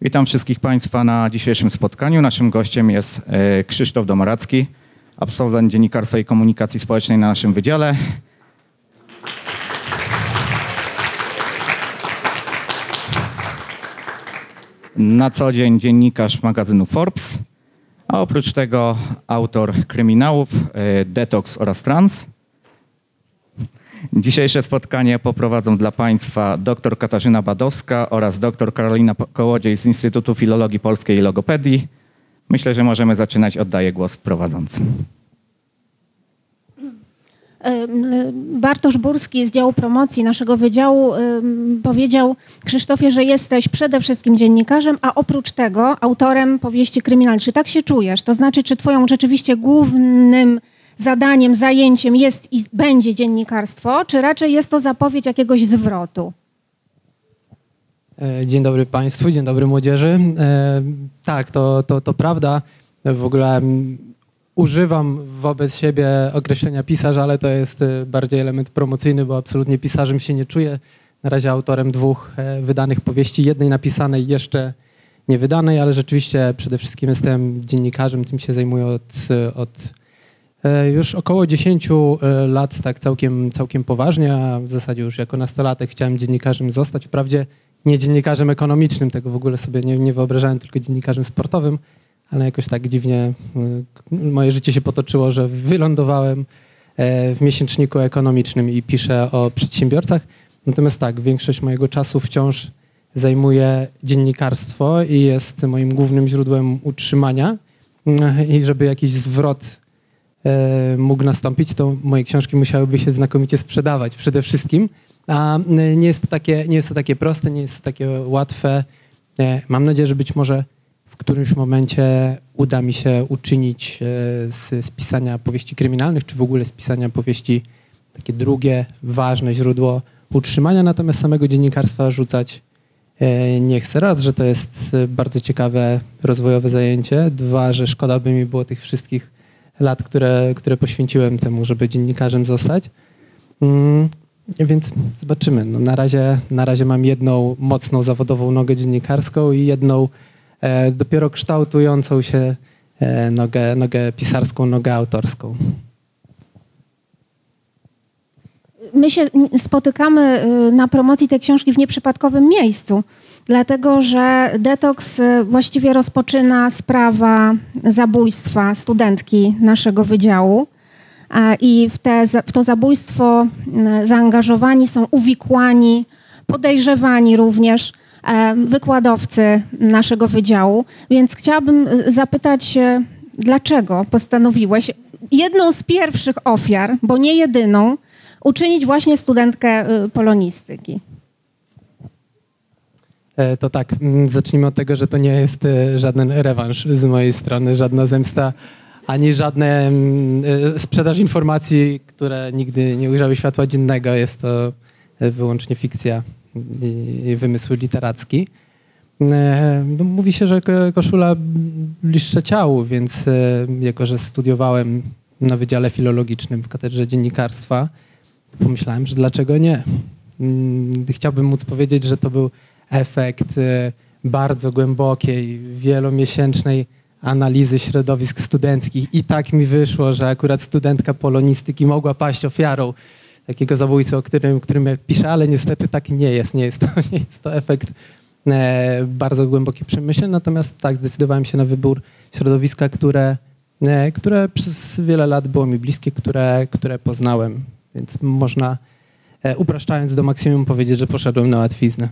Witam wszystkich Państwa na dzisiejszym spotkaniu. Naszym gościem jest Krzysztof Domoracki, absolwent Dziennikarstwa i Komunikacji Społecznej na naszym wydziale. Na co dzień dziennikarz magazynu Forbes, a oprócz tego autor kryminałów Detoks oraz Trans. Dzisiejsze spotkanie poprowadzą dla Państwa dr Katarzyna Badowska oraz dr Karolina Kołodziej z Instytutu Filologii Polskiej i Logopedii. Myślę, że możemy zaczynać. Oddaję głos prowadzącym. Bartosz Burski z działu promocji naszego wydziału powiedział: Krzysztofie, że jesteś przede wszystkim dziennikarzem, a oprócz tego autorem powieści kryminalnej. Czy tak się czujesz? To znaczy, czy twoją rzeczywiście głównym zadaniem, zajęciem jest i będzie dziennikarstwo, czy raczej jest to zapowiedź jakiegoś zwrotu? Dzień dobry Państwu, dzień dobry młodzieży. Tak, to prawda. W ogóle używam wobec siebie określenia pisarz, ale to jest bardziej element promocyjny, bo absolutnie pisarzem się nie czuję. Na razie autorem 2 wydanych powieści, jednej napisanej, jeszcze nie wydanej, ale rzeczywiście przede wszystkim jestem dziennikarzem, tym się zajmuję od już około 10 lat, tak całkiem poważnie, a w zasadzie już jako nastolatek chciałem dziennikarzem zostać. Wprawdzie nie dziennikarzem ekonomicznym, tego w ogóle sobie nie wyobrażałem, tylko dziennikarzem sportowym, ale jakoś tak dziwnie moje życie się potoczyło, że wylądowałem w miesięczniku ekonomicznym i piszę o przedsiębiorcach. Natomiast tak, większość mojego czasu wciąż zajmuje dziennikarstwo i jest moim głównym źródłem utrzymania. I żeby jakiś zwrot mógł nastąpić, to moje książki musiałyby się znakomicie sprzedawać przede wszystkim. A nie jest to takie proste, nie jest to takie łatwe. Mam nadzieję, że być może w którymś momencie uda mi się uczynić z pisania powieści kryminalnych, czy w ogóle z pisania powieści takie drugie, ważne źródło utrzymania, natomiast samego dziennikarstwa rzucać nie chcę. Raz, że to jest bardzo ciekawe, rozwojowe zajęcie. 2, że szkoda by mi było tych wszystkich lat, które poświęciłem temu, żeby dziennikarzem zostać. Więc zobaczymy. No na razie mam jedną mocną zawodową nogę dziennikarską i jedną dopiero kształtującą się nogę pisarską, nogę autorską. My się spotykamy na promocji tej książki w nieprzypadkowym miejscu, dlatego że Detoks właściwie rozpoczyna sprawa zabójstwa studentki naszego wydziału i w to zabójstwo zaangażowani są uwikłani, podejrzewani również wykładowcy naszego wydziału. Więc chciałabym zapytać, dlaczego postanowiłeś jedną z pierwszych ofiar, bo nie jedyną, uczynić właśnie studentkę polonistyki? To tak, zacznijmy od tego, że to nie jest żaden rewanż z mojej strony, żadna zemsta, ani żadne sprzedaż informacji, które nigdy nie ujrzały światła dziennego. Jest to wyłącznie fikcja i wymysł literacki. Mówi się, że koszula bliższa ciału, więc jako że studiowałem na Wydziale Filologicznym w Katedrze Dziennikarstwa, pomyślałem, że dlaczego nie. Chciałbym móc powiedzieć, że to był efekt bardzo głębokiej, wielomiesięcznej analizy środowisk studenckich i tak mi wyszło, że akurat studentka polonistyki mogła paść ofiarą takiego zabójcy, o którym ja piszę, ale niestety tak nie jest. Nie jest to efekt bardzo głębokich przemyśleń, natomiast tak, zdecydowałem się na wybór środowiska, które przez wiele lat było mi bliskie, które poznałem. Więc można, upraszczając do maksimum, powiedzieć, że poszedłem na łatwiznę.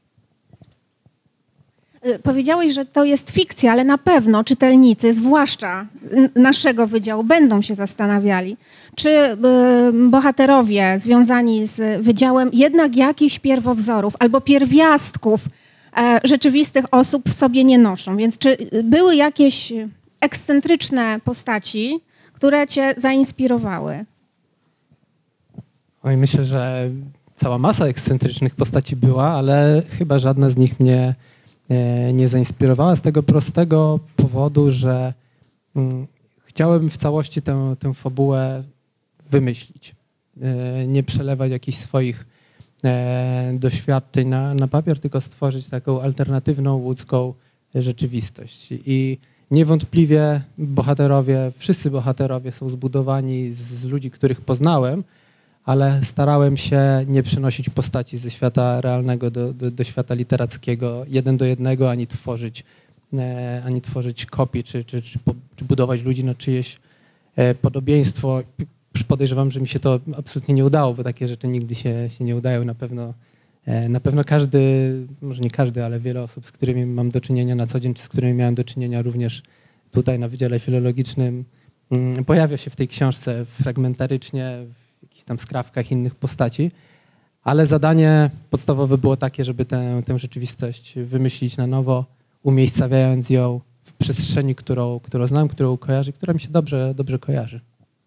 Powiedziałeś, że to jest fikcja, ale na pewno czytelnicy, zwłaszcza naszego wydziału, będą się zastanawiali, czy bohaterowie związani z wydziałem jednak jakichś pierwowzorów albo pierwiastków rzeczywistych osób w sobie nie noszą. Więc czy były jakieś ekscentryczne postaci, które cię zainspirowały? Oj, myślę, że cała masa ekscentrycznych postaci była, ale chyba żadna z nich mnie nie zainspirowała z tego prostego powodu, że chciałem w całości tę fabułę wymyślić. Nie przelewać jakichś swoich doświadczeń na papier, tylko stworzyć taką alternatywną łódzką rzeczywistość. I niewątpliwie wszyscy bohaterowie są zbudowani z ludzi, których poznałem, ale starałem się nie przenosić postaci ze świata realnego do świata literackiego 1 do 1, ani tworzyć kopii, czy budować ludzi na czyjeś podobieństwo. Podejrzewam, że mi się to absolutnie nie udało, bo takie rzeczy nigdy się nie udają. Na pewno każdy, może nie każdy, ale wiele osób, z którymi mam do czynienia na co dzień, czy z którymi miałem do czynienia również tutaj na Wydziale Filologicznym, pojawia się w tej książce fragmentarycznie, w jakichś tam skrawkach innych postaci, ale zadanie podstawowe było takie, żeby tę rzeczywistość wymyślić na nowo, umiejscawiając ją w przestrzeni, którą znam, którą kojarzę, która mi się dobrze kojarzy.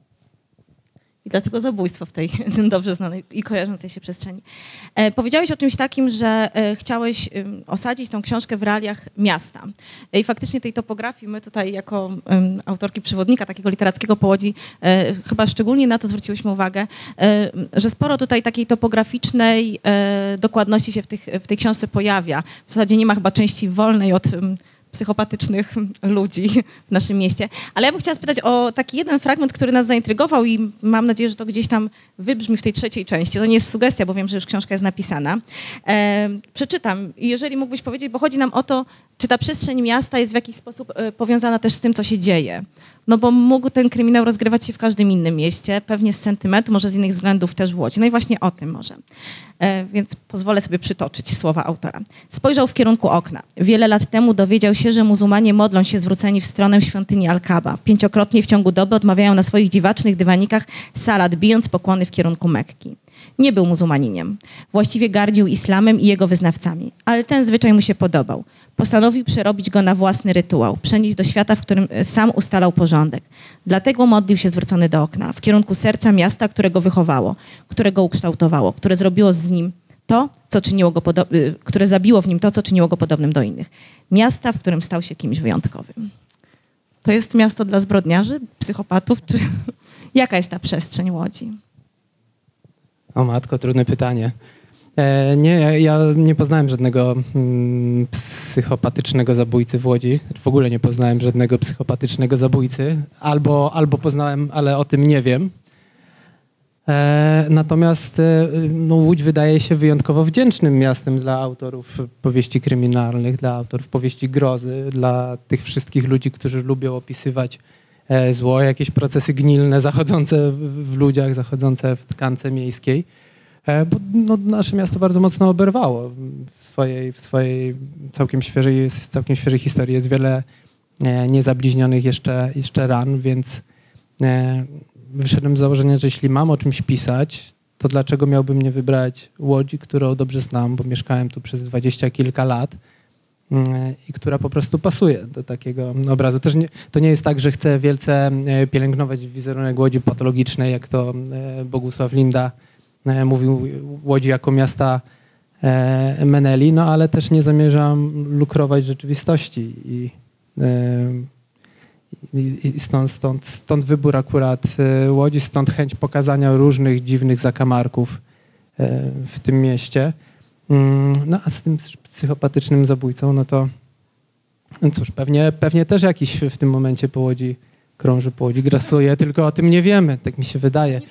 I dlatego zabójstwo w tej dobrze znanej i kojarzącej się przestrzeni. Powiedziałeś o czymś takim, że chciałeś osadzić tą książkę w realiach miasta. I faktycznie tej topografii my tutaj jako autorki przewodnika takiego literackiego po Łodzi chyba szczególnie na to zwróciłyśmy uwagę, że sporo tutaj takiej topograficznej dokładności się w tej książce pojawia. W zasadzie nie ma chyba części wolnej od psychopatycznych ludzi w naszym mieście. Ale ja bym chciała spytać o taki jeden fragment, który nas zaintrygował i mam nadzieję, że to gdzieś tam wybrzmi w tej trzeciej części. To nie jest sugestia, bo wiem, że już książka jest napisana. Przeczytam. I jeżeli mógłbyś powiedzieć, bo chodzi nam o to, czy ta przestrzeń miasta jest w jakiś sposób powiązana też z tym, co się dzieje. No bo mógł ten kryminał rozgrywać się w każdym innym mieście, pewnie z sentymentu, może z innych względów też w Łodzi. No i właśnie o tym może. Więc pozwolę sobie przytoczyć słowa autora. Spojrzał w kierunku okna. Wiele lat temu dowiedział się, że muzułmanie modlą się zwróceni w stronę świątyni Al-Kaba. 5-krotnie w ciągu doby odmawiają na swoich dziwacznych dywanikach salat, bijąc pokłony w kierunku Mekki. Nie był muzułmaninem. Właściwie gardził islamem i jego wyznawcami. Ale ten zwyczaj mu się podobał. Postanowił przerobić go na własny rytuał, przenieść do świata, w którym sam ustalał porządek. Dlatego modlił się zwrócony do okna, w kierunku serca miasta, które go wychowało, które go ukształtowało, które zrobiło z nim to, co czyniło go które zabiło w nim to, co czyniło go podobnym do innych. Miasta, w którym stał się kimś wyjątkowym. To jest miasto dla zbrodniarzy, psychopatów, czy jaka jest ta przestrzeń Łodzi? O matko, trudne pytanie. Nie, ja nie poznałem żadnego psychopatycznego zabójcy w Łodzi. W ogóle nie poznałem żadnego psychopatycznego zabójcy. Albo poznałem, ale o tym nie wiem. Natomiast Łódź wydaje się wyjątkowo wdzięcznym miastem dla autorów powieści kryminalnych, dla autorów powieści grozy, dla tych wszystkich ludzi, którzy lubią opisywać zło, jakieś procesy gnilne zachodzące w ludziach, zachodzące w tkance miejskiej. Bo nasze miasto bardzo mocno oberwało w swojej całkiem świeżej historii. Jest wiele niezabliźnionych jeszcze ran, więc wyszedłem z założenia, że jeśli mam o czymś pisać, to dlaczego miałbym nie wybrać Łodzi, którą dobrze znam, bo mieszkałem tu przez 20 kilka lat i która po prostu pasuje do takiego obrazu. Też to nie jest tak, że chcę wielce pielęgnować wizerunek Łodzi patologicznej, jak to Bogusław Linda mówił, Łodzi jako miasta Meneli, no ale też nie zamierzam lukrować rzeczywistości i stąd wybór akurat Łodzi, stąd chęć pokazania różnych dziwnych zakamarków w tym mieście. No a z tym psychopatycznym zabójcą, no to cóż, pewnie też jakiś w tym momencie po Łodzi krąży, po Łodzi grasuje, tylko o tym nie wiemy, tak mi się wydaje.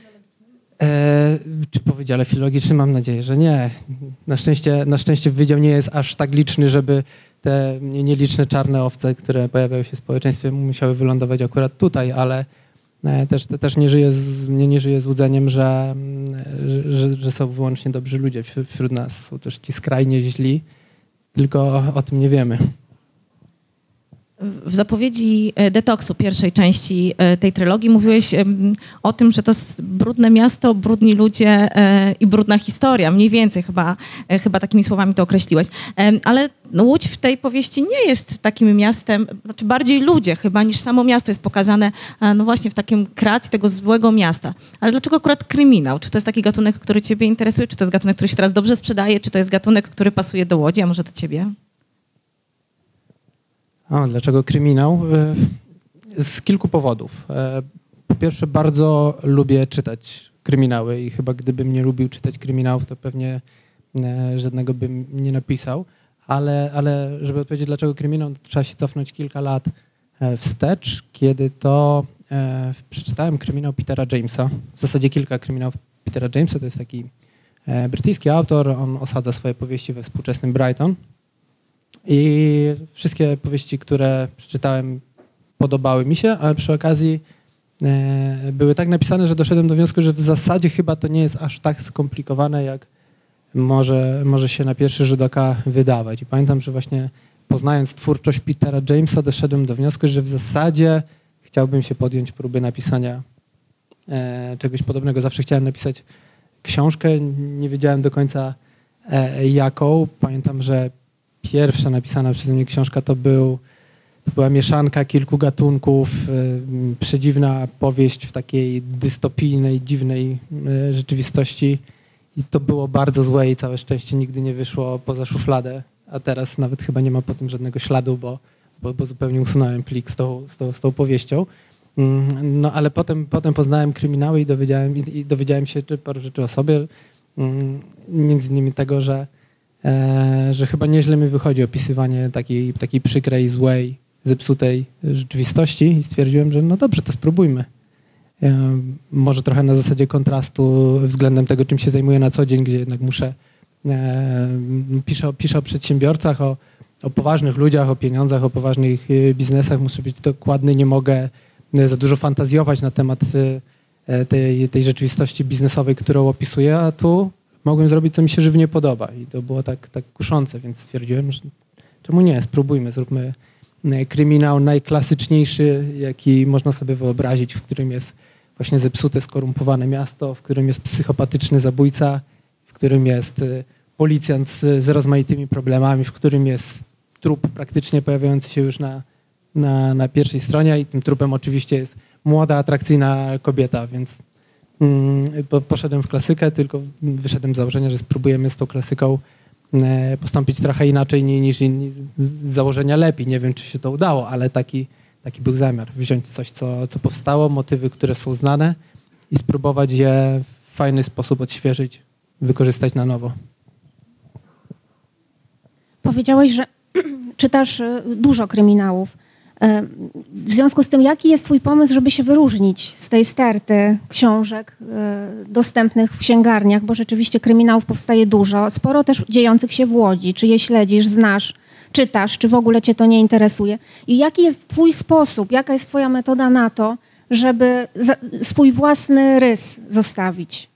Czy po Wydziale Filologicznym? Mam nadzieję, że nie. Na szczęście wydział nie jest aż tak liczny, żeby te nieliczne czarne owce, które pojawiają się w społeczeństwie, musiały wylądować akurat tutaj, ale też nie żyję złudzeniem, że są wyłącznie dobrzy ludzie wśród nas. Są też ci skrajnie źli, tylko o tym nie wiemy. W zapowiedzi Detoksu, pierwszej części tej trylogii, mówiłeś o tym, że to jest brudne miasto, brudni ludzie i brudna historia. Mniej więcej chyba takimi słowami to określiłeś. Ale Łódź w tej powieści nie jest takim miastem, znaczy bardziej ludzie chyba niż samo miasto jest pokazane no właśnie w takim kreacji tego złego miasta. Ale dlaczego akurat kryminał? Czy to jest taki gatunek, który ciebie interesuje? Czy to jest gatunek, który się teraz dobrze sprzedaje? Czy to jest gatunek, który pasuje do Łodzi, a może do ciebie? Dlaczego kryminał? Z kilku powodów. Po pierwsze, bardzo lubię czytać kryminały i chyba gdybym nie lubił czytać kryminałów, to pewnie żadnego bym nie napisał. Ale żeby odpowiedzieć, dlaczego kryminał, to trzeba się cofnąć kilka lat wstecz, kiedy to przeczytałem kryminał Petera Jamesa. W zasadzie kilka kryminałów Petera Jamesa, to jest taki brytyjski autor, on osadza swoje powieści we współczesnym Brighton. I wszystkie powieści, które przeczytałem, podobały mi się, ale przy okazji były tak napisane, że doszedłem do wniosku, że w zasadzie chyba to nie jest aż tak skomplikowane, jak może się na pierwszy rzut oka wydawać. I pamiętam, że właśnie poznając twórczość Petera Jamesa, doszedłem do wniosku, że w zasadzie chciałbym się podjąć próby napisania czegoś podobnego. Zawsze chciałem napisać książkę, nie wiedziałem do końca jaką. Pamiętam, że pierwsza napisana przeze mnie książka to była mieszanka kilku gatunków, przedziwna powieść w takiej dystopijnej, dziwnej rzeczywistości. I to było bardzo złe i całe szczęście nigdy nie wyszło poza szufladę, a teraz nawet chyba nie ma po tym żadnego śladu, bo zupełnie usunąłem plik z tą powieścią. No ale potem poznałem kryminały i dowiedziałem się paru rzeczy o sobie, między innymi tego, że chyba nieźle mi wychodzi opisywanie takiej przykrej, złej, zepsutej rzeczywistości i stwierdziłem, że no dobrze, to spróbujmy. Może trochę na zasadzie kontrastu względem tego, czym się zajmuję na co dzień, gdzie jednak piszę o przedsiębiorcach, o poważnych ludziach, o pieniądzach, o poważnych biznesach. Muszę być dokładny, nie mogę za dużo fantazjować na temat tej rzeczywistości biznesowej, którą opisuję, a tu mogłem zrobić, co mi się żywnie podoba. I to było tak kuszące, więc stwierdziłem, że czemu nie, spróbujmy, zróbmy kryminał najklasyczniejszy, jaki można sobie wyobrazić, w którym jest właśnie zepsute, skorumpowane miasto, w którym jest psychopatyczny zabójca, w którym jest policjant z rozmaitymi problemami, w którym jest trup praktycznie pojawiający się już na pierwszej stronie i tym trupem oczywiście jest młoda, atrakcyjna kobieta, więc poszedłem w klasykę, tylko wyszedłem z założenia, że spróbujemy z tą klasyką postąpić trochę inaczej niż inni, z założenia lepiej. Nie wiem, czy się to udało, ale taki był zamiar. Wziąć coś, co powstało, motywy, które są znane i spróbować je w fajny sposób odświeżyć, wykorzystać na nowo. Powiedziałeś, że czytasz dużo kryminałów. W związku z tym, jaki jest twój pomysł, żeby się wyróżnić z tej sterty książek dostępnych w księgarniach, bo rzeczywiście kryminałów powstaje dużo, sporo też dziejących się w Łodzi. Czy je śledzisz, znasz, czytasz, czy w ogóle cię to nie interesuje? I jaki jest twój sposób, jaka jest twoja metoda na to, żeby swój własny rys zostawić?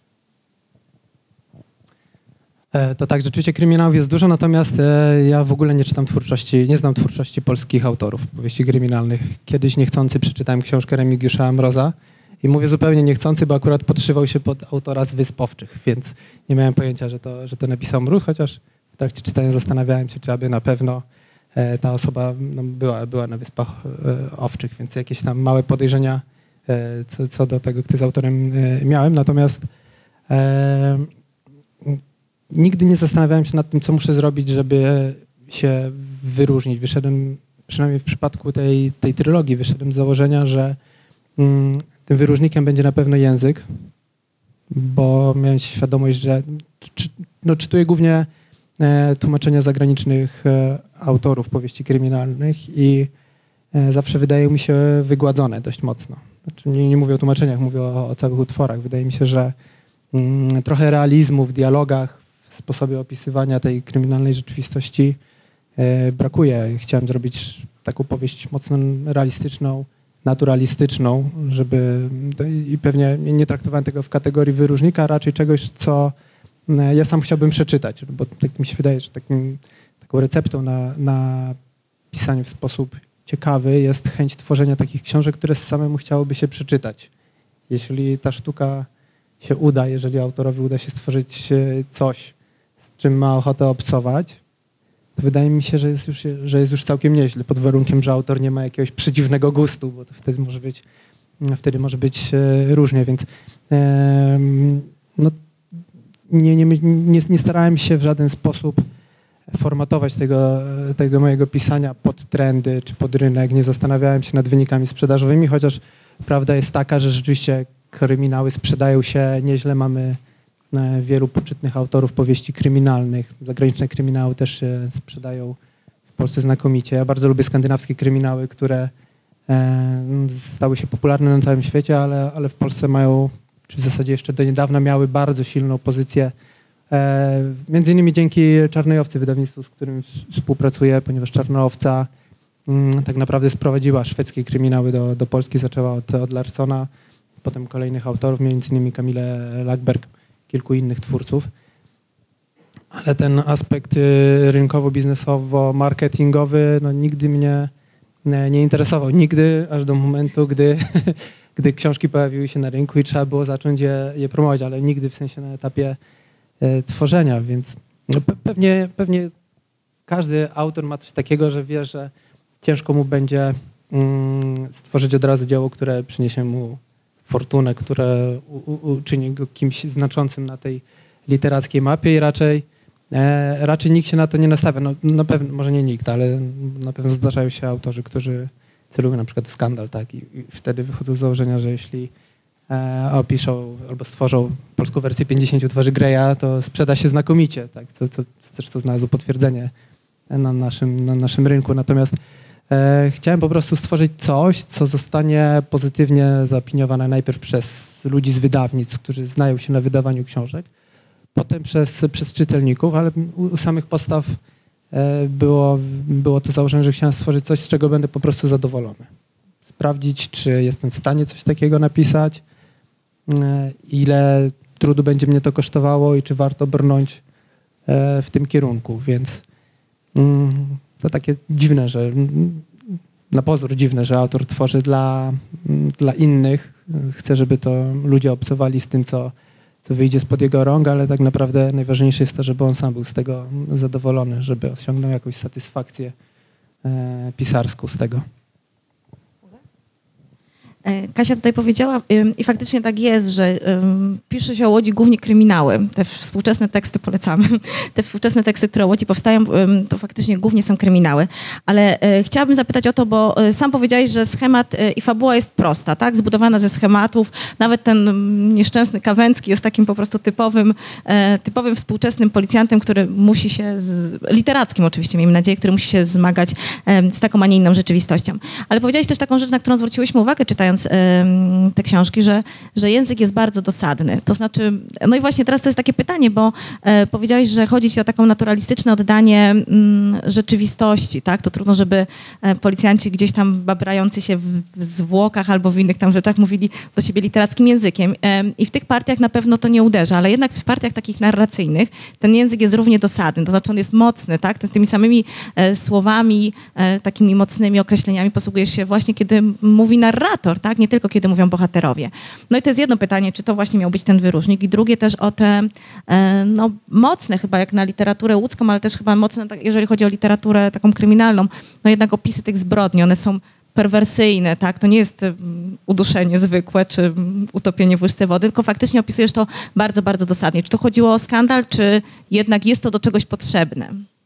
To tak, rzeczywiście kryminałów jest dużo, natomiast ja w ogóle nie znam twórczości polskich autorów powieści kryminalnych. Kiedyś niechcący przeczytałem książkę Remigiusza Mroza i mówię zupełnie niechcący, bo akurat podszywał się pod autora z Wysp Owczych, więc nie miałem pojęcia, że to napisał Mróz, chociaż w trakcie czytania zastanawiałem się, czy aby na pewno ta osoba była na Wyspach Owczych, więc jakieś tam małe podejrzenia co do tego, kto jest autorem miałem, natomiast nigdy nie zastanawiałem się nad tym, co muszę zrobić, żeby się wyróżnić. Wyszedłem, przynajmniej w przypadku tej trylogii, wyszedłem z założenia, że tym wyróżnikiem będzie na pewno język, bo miałem świadomość, że czytuję głównie tłumaczenia zagranicznych autorów powieści kryminalnych i zawsze wydają mi się wygładzone dość mocno. Znaczy, nie mówię o tłumaczeniach, mówię o całych utworach. Wydaje mi się, że trochę realizmu w dialogach, w sposobie opisywania tej kryminalnej rzeczywistości brakuje. Chciałem zrobić taką powieść mocno realistyczną, naturalistyczną, i pewnie nie traktowałem tego w kategorii wyróżnika, a raczej czegoś, co ja sam chciałbym przeczytać, bo tak mi się wydaje, że taką receptą na pisanie w sposób ciekawy jest chęć tworzenia takich książek, które samemu chciałoby się przeczytać. Jeśli ta sztuka się uda, jeżeli autorowi uda się stworzyć coś, z czym ma ochotę obcować, to wydaje mi się, że jest już całkiem nieźle, pod warunkiem, że autor nie ma jakiegoś przedziwnego gustu, bo to wtedy może być różnie, więc nie starałem się w żaden sposób formatować tego mojego pisania pod trendy czy pod rynek. Nie zastanawiałem się nad wynikami sprzedażowymi, chociaż prawda jest taka, że rzeczywiście kryminały sprzedają się nieźle. Mamy wielu poczytnych autorów powieści kryminalnych. Zagraniczne kryminały też się sprzedają w Polsce znakomicie. Ja bardzo lubię skandynawskie kryminały, które stały się popularne na całym świecie, ale w Polsce mają, czy w zasadzie jeszcze do niedawna miały bardzo silną pozycję. Między innymi dzięki Czarnej Owcy, wydawnictwu, z którym współpracuję, ponieważ Czarna Owca tak naprawdę sprowadziła szwedzkie kryminały do Polski. Zaczęła od Larsona, potem kolejnych autorów, między innymi Kamilę Lackberg, kilku innych twórców. Ale ten aspekt rynkowo-biznesowo-marketingowy nigdy mnie nie interesował. Nigdy, aż do momentu, gdy książki pojawiły się na rynku i trzeba było zacząć je promować, ale nigdy w sensie na etapie tworzenia, więc pewnie każdy autor ma coś takiego, że wie, że ciężko mu będzie stworzyć od razu dzieło, które przyniesie mu fortunę, które uczyni go kimś znaczącym na tej literackiej mapie i raczej nikt się na to nie nastawia. No, na pewno, może nie nikt, ale na pewno zdarzają się autorzy, którzy celują na przykład w skandal, tak? I wtedy wychodzą z założenia, że jeśli opiszą albo stworzą polską wersję 50 twarzy Greya, to sprzeda się znakomicie, tak? To zresztą znalazło potwierdzenie na naszym rynku. Natomiast chciałem po prostu stworzyć coś, co zostanie pozytywnie zaopiniowane najpierw przez ludzi z wydawnictw, którzy znają się na wydawaniu książek, potem przez czytelników, ale u samych podstaw było to założenie, że chciałem stworzyć coś, z czego będę po prostu zadowolony. Sprawdzić, czy jestem w stanie coś takiego napisać, ile trudu będzie mnie to kosztowało i czy warto brnąć w tym kierunku, więc to takie dziwne, że na pozór dziwne, że autor tworzy dla innych, chce, żeby to ludzie obcowali z tym, co wyjdzie spod jego rąk, ale tak naprawdę najważniejsze jest to, żeby on sam był z tego zadowolony, żeby osiągnął jakąś satysfakcję pisarską z tego. Kasia tutaj powiedziała i faktycznie tak jest, że pisze się o Łodzi głównie kryminały. Te współczesne teksty polecamy. Te współczesne teksty, które o Łodzi powstają, to faktycznie głównie są kryminały. Ale chciałabym zapytać o to, bo sam powiedziałeś, że schemat i fabuła jest prosta, tak? Zbudowana ze schematów. Nawet ten nieszczęsny Kawęcki jest takim po prostu typowym współczesnym policjantem, który musi się, literackim oczywiście, miejmy nadzieję, który musi się zmagać z taką, a nie inną rzeczywistością. Ale powiedziałeś też taką rzecz, na którą zwróciłyśmy uwagę, czytając te książki, że język jest bardzo dosadny. To znaczy, no i właśnie teraz to jest takie pytanie, bo powiedziałeś, że chodzi ci o taką naturalistyczne oddanie rzeczywistości, tak? To trudno, żeby policjanci gdzieś tam babrający się w zwłokach albo w innych tam rzeczach mówili do siebie literackim językiem. I w tych partiach na pewno to nie uderza, ale jednak w partiach takich narracyjnych ten język jest równie dosadny, to znaczy on jest mocny, tak? Tymi samymi słowami, takimi mocnymi określeniami posługujesz się właśnie, kiedy mówi narrator, tak? Nie tylko kiedy mówią bohaterowie. No i to jest jedno pytanie, czy to właśnie miał być ten wyróżnik, i drugie też o te mocne chyba jak na literaturę łódzką, ale też chyba mocne, jeżeli chodzi o literaturę taką kryminalną, no jednak opisy tych zbrodni, one są perwersyjne, tak? To nie jest uduszenie zwykłe, czy utopienie w łyżce wody, tylko faktycznie opisujesz to bardzo, bardzo dosadnie. Czy to chodziło o skandal, czy jednak jest to do czegoś potrzebne?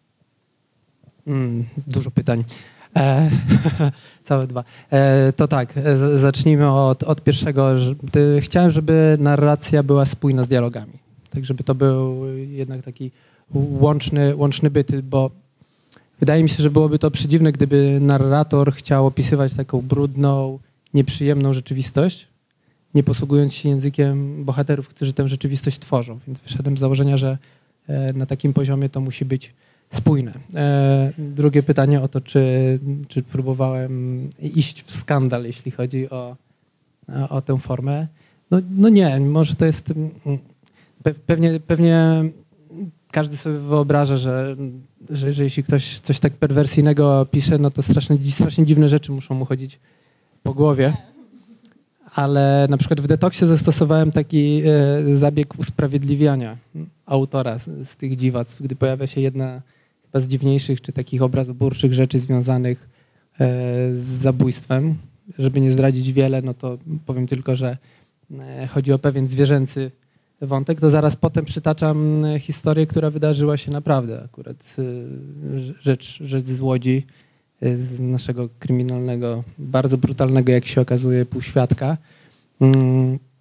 Dużo pytań. Całe dwa. To tak, zacznijmy od pierwszego. Chciałem, żeby narracja była spójna z dialogami. Tak, żeby to był jednak taki łączny byt, bo wydaje mi się, że byłoby to przedziwne, gdyby narrator chciał opisywać taką brudną, nieprzyjemną rzeczywistość, nie posługując się językiem bohaterów, którzy tę rzeczywistość tworzą. Więc wyszedłem z założenia, że na takim poziomie to musi być spójne. Drugie pytanie o to, czy próbowałem iść w skandal, jeśli chodzi o tę formę. No nie, może to jest... Pewnie każdy sobie wyobraża, że jeśli ktoś coś tak perwersyjnego pisze, no to strasznie dziwne rzeczy muszą mu chodzić po głowie. Ale na przykład w Detoksie zastosowałem taki zabieg usprawiedliwiania autora z tych dziwactw, gdy pojawia się jedna chyba z dziwniejszych czy takich obrazoburczych rzeczy związanych z zabójstwem. Żeby nie zdradzić wiele, no to powiem tylko, że chodzi o pewien zwierzęcy wątek, to zaraz potem przytaczam historię, która wydarzyła się naprawdę. Akurat rzecz z Łodzi, z naszego kryminalnego, bardzo brutalnego, jak się okazuje, półświadka.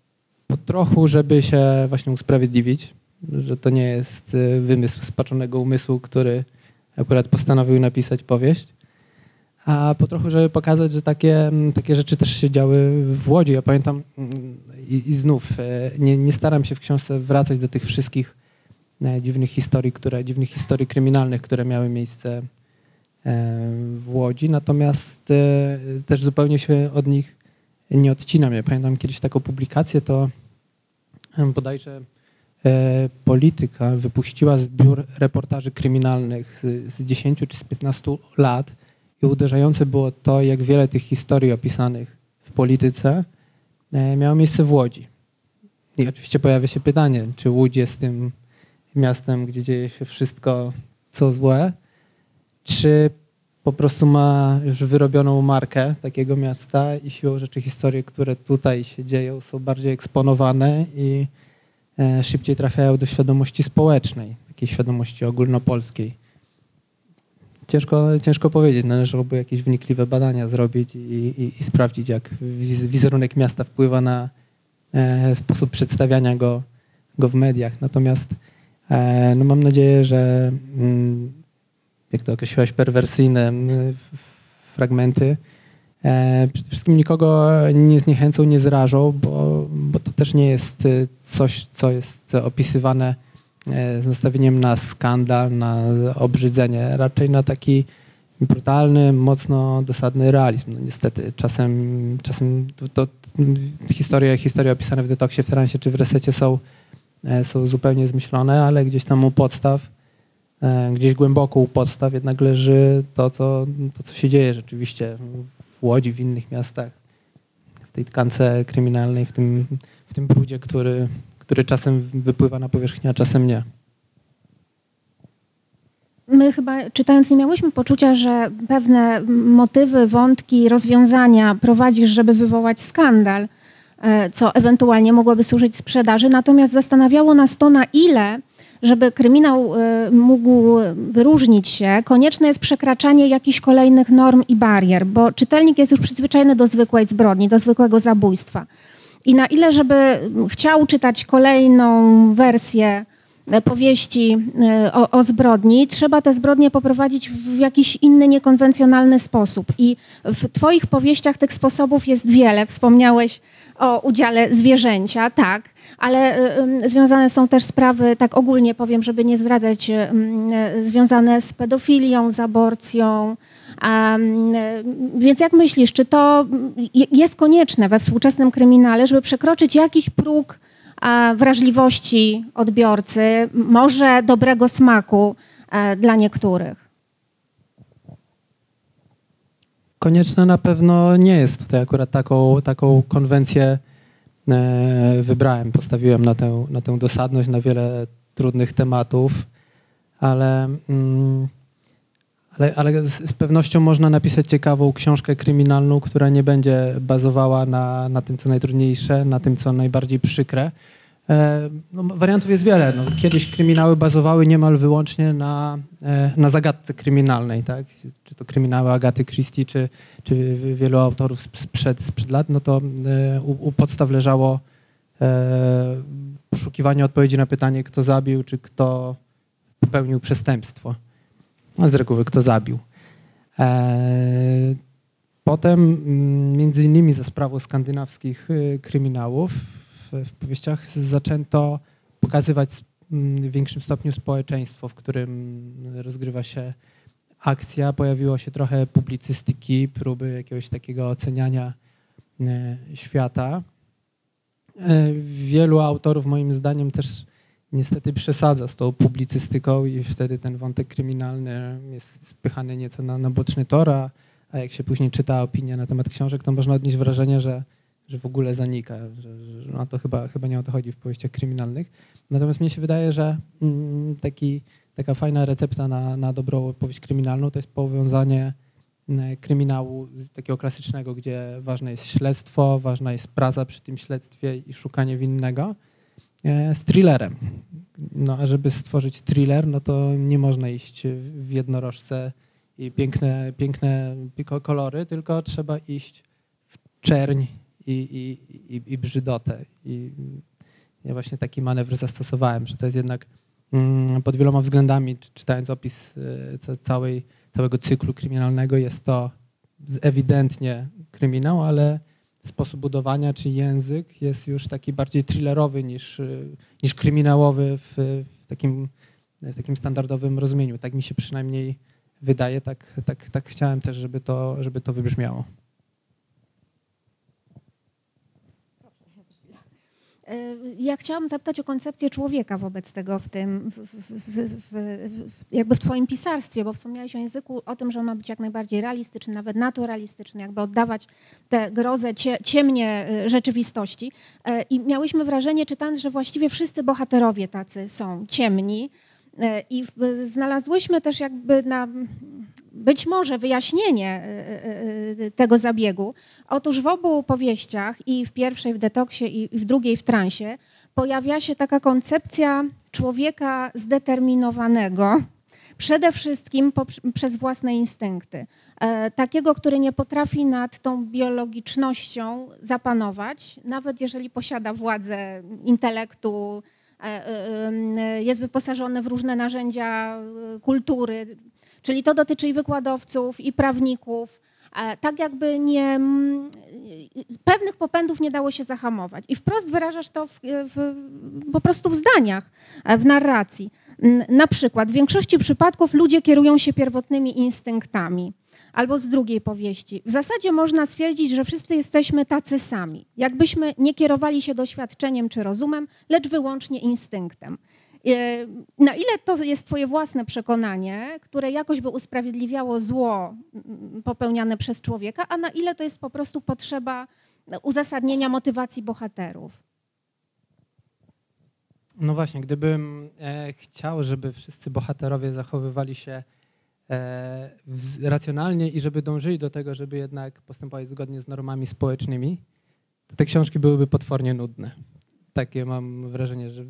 po trochu, żeby się właśnie usprawiedliwić, że to nie jest wymysł spaczonego umysłu, który akurat postanowił napisać powieść, a po trochu, żeby pokazać, że takie rzeczy też się działy w Łodzi. Ja pamiętam i znów nie staram się w książce wracać do tych wszystkich dziwnych historii kryminalnych, które miały miejsce w Łodzi, natomiast też zupełnie się od nich nie odcinam. Ja pamiętam kiedyś taką publikację, to bodajże Polityka wypuściła zbiór reportaży kryminalnych z 10 czy z 15 lat i uderzające było to, jak wiele tych historii opisanych w Polityce miało miejsce w Łodzi. I oczywiście pojawia się pytanie, czy Łódź jest tym miastem, gdzie dzieje się wszystko, co złe, czy po prostu ma już wyrobioną markę takiego miasta i siłą rzeczy historie, które tutaj się dzieją, są bardziej eksponowane i szybciej trafiają do świadomości społecznej, takiej świadomości ogólnopolskiej. Ciężko powiedzieć, należałoby jakieś wnikliwe badania zrobić i sprawdzić, jak wizerunek miasta wpływa na sposób przedstawiania go w mediach. Natomiast no mam nadzieję, że jak to określiłaś, perwersyjne fragmenty przede wszystkim nikogo nie zniechęcą, nie zrażą, bo to też nie jest coś, co jest opisywane z nastawieniem na skandal, na obrzydzenie, raczej na taki brutalny, mocno dosadny realizm. No niestety, czasem to historie opisane w Detoksie, w Transie czy w Resecie są zupełnie zmyślone, ale gdzieś tam u podstaw, gdzieś głęboko u podstaw jednak leży to, co się dzieje rzeczywiście w Łodzi, w innych miastach, w tej tkance kryminalnej, w tym brudzie, który czasem wypływa na powierzchnię, a czasem nie. My chyba, czytając, nie miałyśmy poczucia, że pewne motywy, wątki, rozwiązania prowadzisz, żeby wywołać skandal, co ewentualnie mogłoby służyć sprzedaży. Natomiast zastanawiało nas to, na ile, żeby kryminał mógł wyróżnić się, konieczne jest przekraczanie jakichś kolejnych norm i barier, bo czytelnik jest już przyzwyczajony do zwykłej zbrodni, do zwykłego zabójstwa. I na ile, żeby chciał czytać kolejną wersję powieści o zbrodni, trzeba te zbrodnie poprowadzić w jakiś inny, niekonwencjonalny sposób. I w twoich powieściach tych sposobów jest wiele. Wspomniałeś o udziale zwierzęcia, tak, ale związane są też sprawy, tak ogólnie powiem, żeby nie zdradzać, związane z pedofilią, z aborcją. Więc jak myślisz, czy to jest konieczne we współczesnym kryminale, żeby przekroczyć jakiś próg wrażliwości odbiorcy, może dobrego smaku dla niektórych? Konieczne na pewno nie jest. Tutaj akurat taką konwencję wybrałem, postawiłem na tę dosadność, na wiele trudnych tematów, ale z pewnością można napisać ciekawą książkę kryminalną, która nie będzie bazowała na tym, co najtrudniejsze, na tym, co najbardziej przykre. No, wariantów jest wiele. No, kiedyś kryminały bazowały niemal wyłącznie na zagadce kryminalnej, tak? Czy to kryminały Agaty Christie, czy wielu autorów sprzed lat, no to u podstaw leżało poszukiwanie odpowiedzi na pytanie, kto zabił, czy kto popełnił przestępstwo. A z reguły kto zabił. Potem między innymi za sprawą skandynawskich kryminałów w powieściach zaczęto pokazywać w większym stopniu społeczeństwo, w którym rozgrywa się akcja. Pojawiło się trochę publicystyki, próby jakiegoś takiego oceniania świata. Wielu autorów moim zdaniem też niestety przesadza z tą publicystyką i wtedy ten wątek kryminalny jest spychany nieco na boczny tor, a jak się później czyta opinie na temat książek, to można odnieść wrażenie, że w ogóle zanika, że no to chyba nie o to chodzi w powieściach kryminalnych. Natomiast mnie się wydaje, że taka fajna recepta na dobrą powieść kryminalną to jest powiązanie kryminału takiego klasycznego, gdzie ważne jest śledztwo, ważna jest praca przy tym śledztwie i szukanie winnego, z thrillerem. No a żeby stworzyć thriller, no to nie można iść w jednorożce i piękne kolory, tylko trzeba iść w czerń i brzydotę. I ja właśnie taki manewr zastosowałem, że to jest jednak pod wieloma względami, czytając opis całego cyklu kryminalnego, jest to ewidentnie kryminał, ale sposób budowania czy język jest już taki bardziej thrillerowy niż kryminałowy w takim standardowym rozumieniu. Tak mi się przynajmniej wydaje, tak chciałem też, żeby to wybrzmiało. Ja chciałam zapytać o koncepcję człowieka wobec tego jakby w twoim pisarstwie, bo wspomniałeś o języku, o tym, że on ma być jak najbardziej realistyczny, nawet naturalistyczny, jakby oddawać tę grozę, ciemnie rzeczywistości. I miałyśmy wrażenie, czytając, że właściwie wszyscy bohaterowie tacy są ciemni. I znalazłyśmy też jakby być może wyjaśnienie tego zabiegu. Otóż w obu powieściach, i w pierwszej w Detoksie, i w drugiej w Transie, pojawia się taka koncepcja człowieka zdeterminowanego, przede wszystkim przez własne instynkty. Takiego, który nie potrafi nad tą biologicznością zapanować, nawet jeżeli posiada władzę intelektu, jest wyposażony w różne narzędzia kultury, czyli to dotyczy i wykładowców, i prawników, tak jakby pewnych popędów nie dało się zahamować. I wprost wyrażasz to po prostu w zdaniach, w narracji. Na przykład w większości przypadków ludzie kierują się pierwotnymi instynktami. Albo z drugiej powieści. W zasadzie można stwierdzić, że wszyscy jesteśmy tacy sami. Jakbyśmy nie kierowali się doświadczeniem czy rozumem, lecz wyłącznie instynktem. Na ile to jest twoje własne przekonanie, które jakoś by usprawiedliwiało zło popełniane przez człowieka, a na ile to jest po prostu potrzeba uzasadnienia motywacji bohaterów? No właśnie, gdybym chciał, żeby wszyscy bohaterowie zachowywali się racjonalnie i żeby dążyli do tego, żeby jednak postępować zgodnie z normami społecznymi, to te książki byłyby potwornie nudne. Takie mam wrażenie, że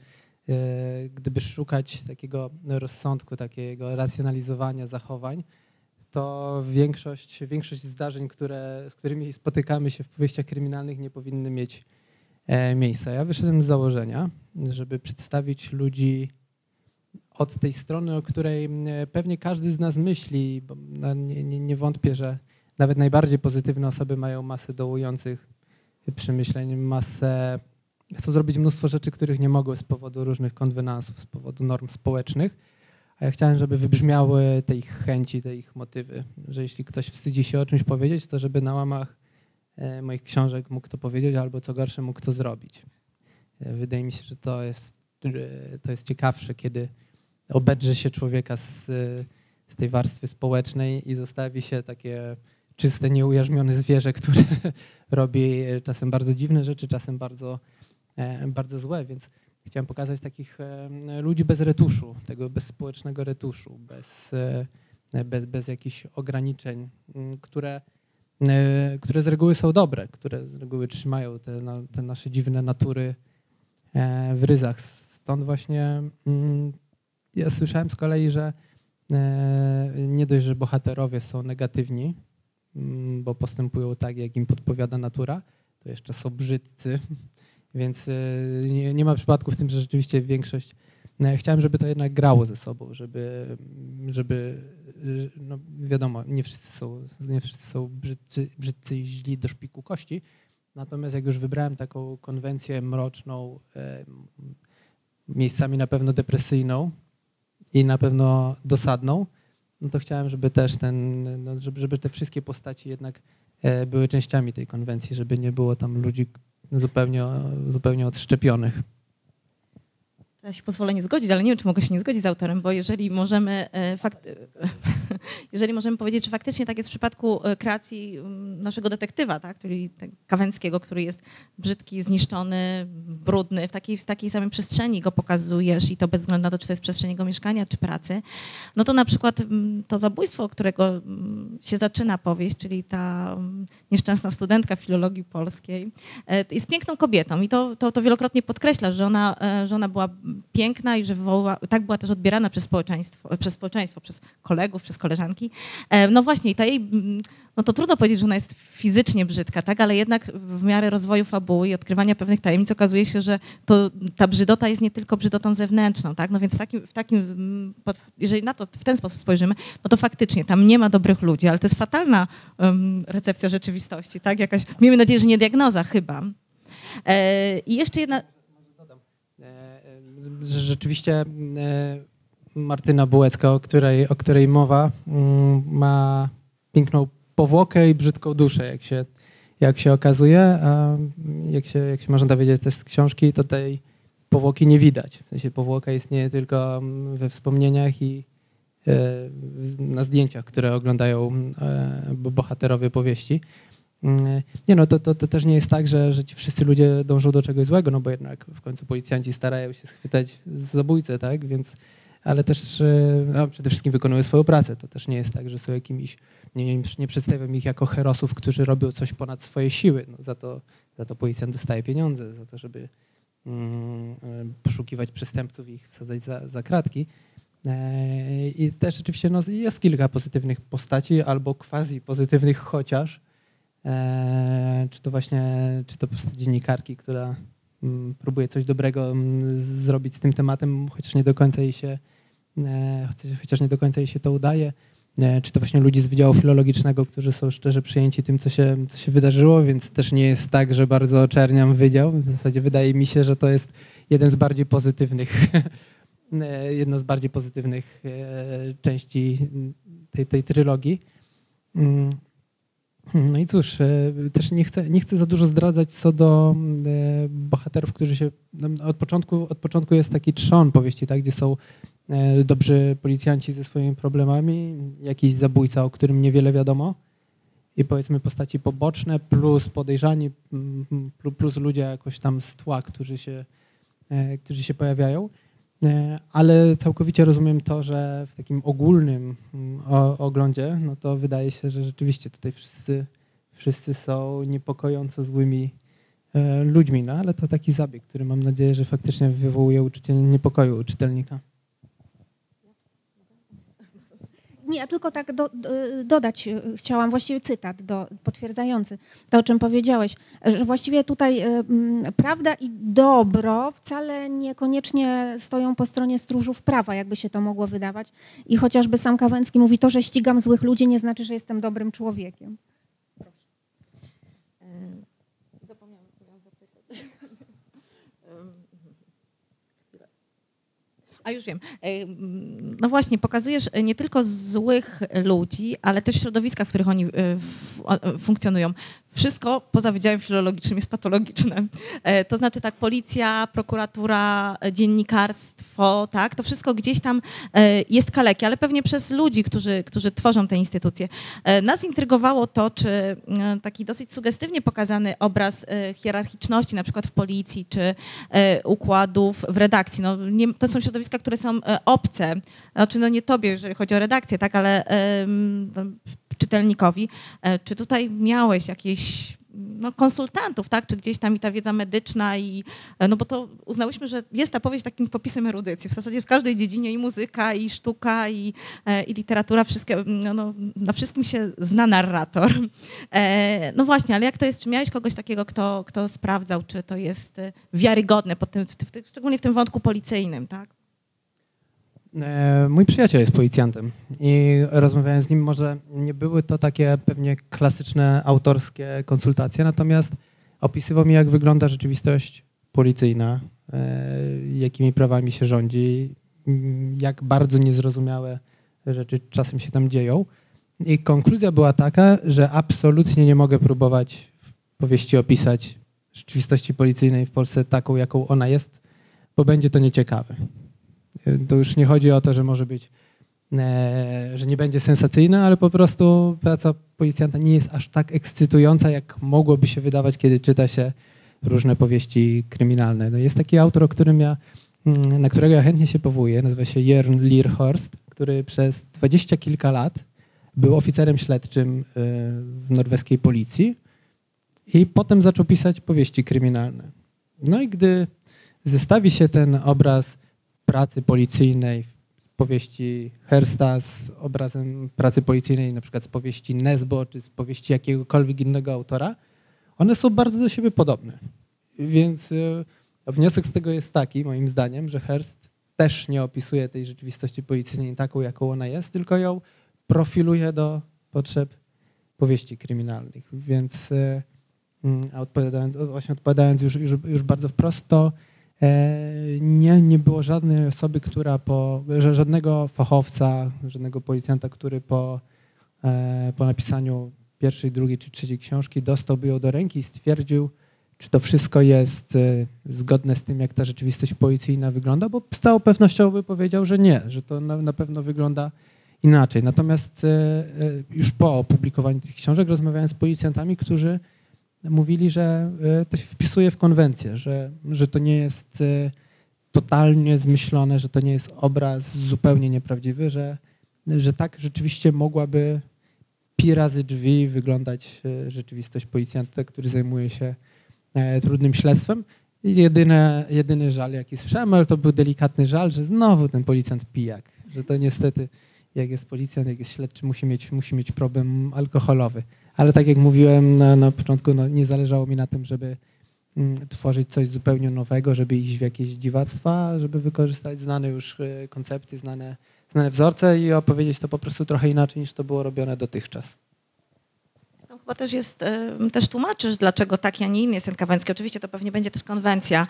gdyby szukać takiego rozsądku, takiego racjonalizowania zachowań, to większość zdarzeń, z którymi spotykamy się w powieściach kryminalnych, nie powinny mieć miejsca. Ja wyszedłem z założenia, żeby przedstawić ludzi od tej strony, o której pewnie każdy z nas myśli, bo nie wątpię, że nawet najbardziej pozytywne osoby mają masę dołujących przemyśleń, chcą zrobić mnóstwo rzeczy, których nie mogły z powodu różnych konwenansów, z powodu norm społecznych, a ja chciałem, żeby wybrzmiały te ich chęci, te ich motywy, że jeśli ktoś wstydzi się o czymś powiedzieć, to żeby na łamach moich książek mógł to powiedzieć, albo co gorsze mógł to zrobić. Wydaje mi się, że to jest ciekawsze, kiedy obedrze się człowieka z tej warstwy społecznej i zostawi się takie czyste, nieujarzmione zwierzę, które robi czasem bardzo dziwne rzeczy, czasem bardzo, bardzo złe, więc chciałem pokazać takich ludzi bez retuszu, tego bez społecznego retuszu, bez jakichś ograniczeń, które z reguły są dobre, które z reguły trzymają te nasze dziwne natury w ryzach. Stąd właśnie ja słyszałem z kolei, że nie dość, że bohaterowie są negatywni, bo postępują tak, jak im podpowiada natura, to jeszcze są brzydcy, więc nie ma przypadku w tym, że rzeczywiście większość... Chciałem, żeby to jednak grało ze sobą, żeby no wiadomo, nie wszyscy są brzydcy i źli do szpiku kości, natomiast jak już wybrałem taką konwencję mroczną, miejscami na pewno depresyjną i na pewno dosadną, no to chciałem, żeby też żeby te wszystkie postaci jednak były częściami tej konwencji, żeby nie było tam ludzi zupełnie odszczepionych. Ja się pozwolę nie zgodzić, ale nie wiem, czy mogę się nie zgodzić z autorem, bo jeżeli możemy powiedzieć, że faktycznie tak jest w przypadku kreacji naszego detektywa, tak, czyli Kawęckiego, który jest brzydki, zniszczony, brudny, w takiej samej przestrzeni go pokazujesz i to bez względu na to, czy to jest przestrzeń jego mieszkania, czy pracy, no to na przykład to zabójstwo, od którego się zaczyna powieść, czyli ta nieszczęsna studentka filologii polskiej, jest piękną kobietą i to wielokrotnie podkreśla, że ona była piękna i że tak była też odbierana przez społeczeństwo, przez kolegów, przez przez koleżanki. No właśnie, i ta jej, no to trudno powiedzieć, że ona jest fizycznie brzydka, tak, ale jednak w miarę rozwoju fabuły i odkrywania pewnych tajemnic okazuje się, że ta brzydota jest nie tylko brzydotą zewnętrzną, tak, no więc jeżeli na to w ten sposób spojrzymy, no to faktycznie tam nie ma dobrych ludzi, ale to jest fatalna recepcja rzeczywistości, tak, jakaś, miejmy nadzieję, że nie diagnoza chyba. I jeszcze jedna... Że rzeczywiście Martyna Bułecka, o której mowa, ma piękną powłokę i brzydką duszę, jak się okazuje, a jak się można dowiedzieć też z książki, to tej powłoki nie widać. W sensie powłoka istnieje tylko we wspomnieniach i na zdjęciach, które oglądają bohaterowie powieści. Nie no, to też nie jest tak, że ci wszyscy ludzie dążą do czegoś złego, no bo jednak w końcu policjanci starają się schwytać zabójcę, tak, więc, ale też przede wszystkim wykonują swoją pracę. To też nie jest tak, że są jakimiś, nie przedstawiam ich jako herosów, którzy robią coś ponad swoje siły. No, za to policjant dostaje pieniądze, za to, żeby poszukiwać przestępców i ich wsadzać za kratki. I też oczywiście no, jest kilka pozytywnych postaci albo quasi pozytywnych chociaż. Czy to postać dziennikarki, która próbuje coś dobrego zrobić z tym tematem, chociaż nie do końca jej się to udaje. Czy to właśnie ludzi z Wydziału Filologicznego, którzy są szczerze przyjęci tym, co się wydarzyło, więc też nie jest tak, że bardzo oczerniam wydział. W zasadzie wydaje mi się, że to jest jedna z bardziej pozytywnych części tej trylogii. No i cóż, też nie chcę za dużo zdradzać co do bohaterów, którzy się... Od początku jest taki trzon powieści, tak, gdzie są dobrzy policjanci ze swoimi problemami, jakiś zabójca, o którym niewiele wiadomo i powiedzmy postaci poboczne plus podejrzani, plus ludzie jakoś tam z tła, którzy się pojawiają. Ale całkowicie rozumiem to, że w takim ogólnym oglądzie, no to wydaje się, że rzeczywiście tutaj wszyscy są niepokojąco złymi ludźmi, no ale to taki zabieg, który mam nadzieję, że faktycznie wywołuje niepokoju u czytelnika. Nie, ja tylko tak dodać chciałam, właściwie cytat potwierdzający to, o czym powiedziałeś, że właściwie tutaj prawda i dobro wcale niekoniecznie stoją po stronie stróżów prawa, jakby się to mogło wydawać. I chociażby sam Kawęcki mówi, to, że ścigam złych ludzi, nie znaczy, że jestem dobrym człowiekiem. Zapomniałam, zapytać. A już wiem. No właśnie, pokazujesz nie tylko złych ludzi, ale też środowiska, w których oni funkcjonują. Wszystko poza Wydziałem Filologicznym jest patologiczne. To znaczy tak, policja, prokuratura, dziennikarstwo, tak, to wszystko gdzieś tam jest kalekie, ale pewnie przez ludzi, którzy tworzą te instytucje. Nas intrygowało to, czy taki dosyć sugestywnie pokazany obraz hierarchiczności, na przykład w policji, czy układów w redakcji. No, to są środowiska, które są obce, znaczy no nie tobie, jeżeli chodzi o redakcję, tak, ale czytelnikowi. Czy tutaj miałeś jakieś konsultantów, tak, czy gdzieś tam i ta wiedza medyczna no bo to uznałyśmy, że jest ta powieść takim popisem erudycji. W zasadzie w każdej dziedzinie i muzyka, i sztuka, i literatura, na wszystkim się zna narrator. No właśnie, ale jak to jest, czy miałeś kogoś takiego, kto sprawdzał, czy to jest wiarygodne, szczególnie w tym wątku policyjnym, tak? Mój przyjaciel jest policjantem i rozmawiałem z nim, może nie były to takie pewnie klasyczne autorskie konsultacje, natomiast opisywał mi, jak wygląda rzeczywistość policyjna, jakimi prawami się rządzi, jak bardzo niezrozumiałe rzeczy czasem się tam dzieją. I konkluzja była taka, że absolutnie nie mogę próbować w powieści opisać rzeczywistości policyjnej w Polsce taką, jaką ona jest, bo będzie to nieciekawe. To już nie chodzi o to, że może być, że nie będzie sensacyjna, ale po prostu praca policjanta nie jest aż tak ekscytująca, jak mogłoby się wydawać, kiedy czyta się różne powieści kryminalne. No jest taki autor, na którego ja chętnie się powołuję, nazywa się Jörn Lierhorst, który przez 20 kilka lat był oficerem śledczym w norweskiej policji i potem zaczął pisać powieści kryminalne. No i gdy zestawi się ten obraz pracy policyjnej w powieści Hearsta z obrazem pracy policyjnej, na przykład z powieści Nesbo, czy z powieści jakiegokolwiek innego autora, one są bardzo do siebie podobne. Więc wniosek z tego jest taki, moim zdaniem, że Hearst też nie opisuje tej rzeczywistości policyjnej taką, jaką ona jest, tylko ją profiluje do potrzeb powieści kryminalnych. Więc odpowiadając już bardzo wprost, to nie było żadnej osoby, żadnego fachowca, żadnego policjanta, który po napisaniu pierwszej, drugiej czy trzeciej książki dostałby ją do ręki i stwierdził, czy to wszystko jest zgodne z tym, jak ta rzeczywistość policyjna wygląda, bo z całą pewnością by powiedział, że nie, że to na pewno wygląda inaczej. Natomiast już po opublikowaniu tych książek rozmawiałem z policjantami, którzy mówili, że to się wpisuje w konwencję, że to nie jest totalnie zmyślone, że to nie jest obraz zupełnie nieprawdziwy, że tak rzeczywiście mogłaby pi razy drzwi wyglądać rzeczywistość policjanta, który zajmuje się trudnym śledztwem. I jedyny żal, jaki słyszałem, ale to był delikatny żal, że znowu ten policjant pijak, że to niestety jak jest policjant, jak jest śledczy, musi mieć problem alkoholowy. Ale tak jak mówiłem na początku, nie zależało mi na tym, żeby tworzyć coś zupełnie nowego, żeby iść w jakieś dziwactwa, żeby wykorzystać znane już koncepty, znane wzorce i opowiedzieć to po prostu trochę inaczej, niż to było robione dotychczas. Chyba też tłumaczysz, dlaczego taki, a nie inny jest ten Kawęcki. Oczywiście to pewnie będzie też konwencja,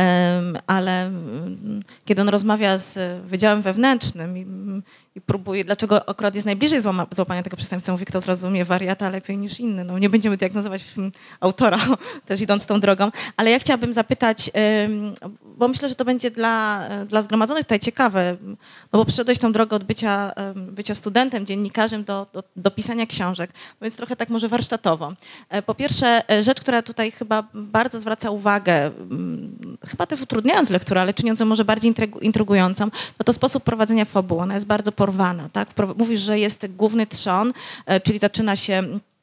ale kiedy on rozmawia z Wydziałem Wewnętrznym i próbuje, dlaczego akurat jest najbliżej złapania tego przestępcy, mówi, kto zrozumie wariata lepiej niż inny. No, nie będziemy diagnozować autora, też idąc tą drogą, ale ja chciałabym zapytać, bo myślę, że to będzie dla zgromadzonych tutaj ciekawe, no bo przyszedłeś tą drogę od bycia studentem, dziennikarzem do pisania książek, więc trochę tak może warsztatowo. Po pierwsze, rzecz, która tutaj chyba bardzo zwraca uwagę, chyba też utrudniając lekturę, ale czyniąc ją może bardziej intrygującą, to sposób prowadzenia fabuły. Ona jest bardzo porwana. Tak? Mówisz, że jest główny trzon, czyli zaczyna się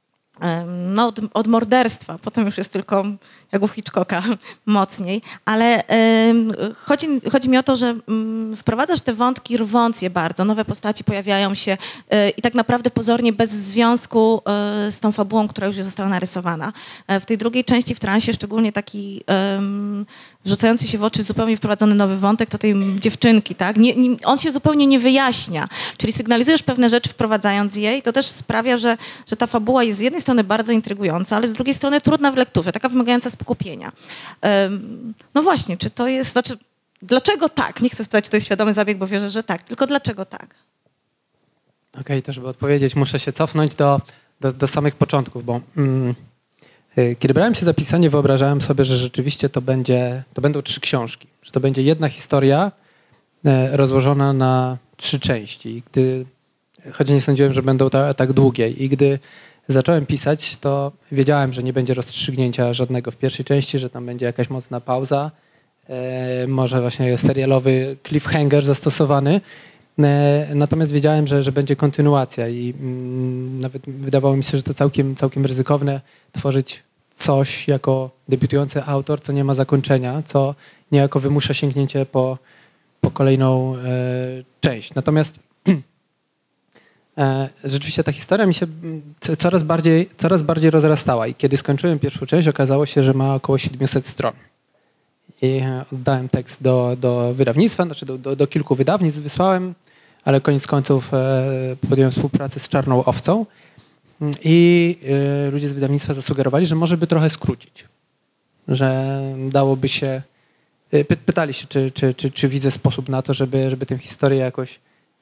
od morderstwa, potem już jest tylko jak u Hitchcocka mocniej, ale chodzi mi o to, że wprowadzasz te wątki rwąc je bardzo, nowe postaci pojawiają się i tak naprawdę pozornie bez związku z tą fabułą, która już została narysowana. W tej drugiej części, w transie, szczególnie taki rzucający się w oczy zupełnie wprowadzony nowy wątek, to tej dziewczynki, tak? On się zupełnie nie wyjaśnia, czyli sygnalizujesz pewne rzeczy wprowadzając je i to też sprawia, że ta fabuła jest z jednej strony bardzo intrygująca, ale z drugiej strony trudna w lekturze, taka wymagająca skupienia. No właśnie, czy to jest, dlaczego tak? Nie chcę spytać, czy to jest świadomy zabieg, bo wierzę, że tak, tylko dlaczego tak? Okej, to żeby odpowiedzieć, muszę się cofnąć do samych początków, bo kiedy brałem się za pisanie, wyobrażałem sobie, że rzeczywiście to będą 3 książki, że to będzie jedna historia rozłożona na 3 części. Choć nie sądziłem, że będą tak długie. I gdy zacząłem pisać, to wiedziałem, że nie będzie rozstrzygnięcia żadnego w pierwszej części, że tam będzie jakaś mocna pauza, może właśnie serialowy cliffhanger zastosowany. Natomiast wiedziałem, że będzie kontynuacja i nawet wydawało mi się, że to całkiem ryzykowne tworzyć coś jako debiutujący autor, co nie ma zakończenia, co niejako wymusza sięgnięcie po kolejną część. Natomiast rzeczywiście ta historia mi się coraz bardziej rozrastała i kiedy skończyłem pierwszą część, okazało się, że ma około 700 stron. I oddałem tekst do wydawnictwa, znaczy do kilku wydawnictw wysłałem, ale koniec końców podjąłem współpracę z Czarną Owcą i ludzie z wydawnictwa zasugerowali, że może by trochę skrócić, że dałoby się, pytali się, czy widzę sposób na to, żeby tę historię jakoś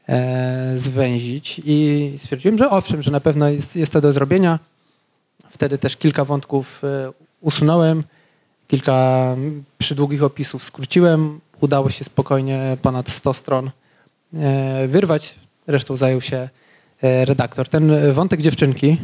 zwęzić i stwierdziłem, że owszem, że na pewno jest to do zrobienia. Wtedy też kilka wątków usunąłem, kilka przydługich opisów skróciłem. Udało się spokojnie ponad 100 stron wyrwać. Resztą zajął się redaktor. Ten wątek dziewczynki,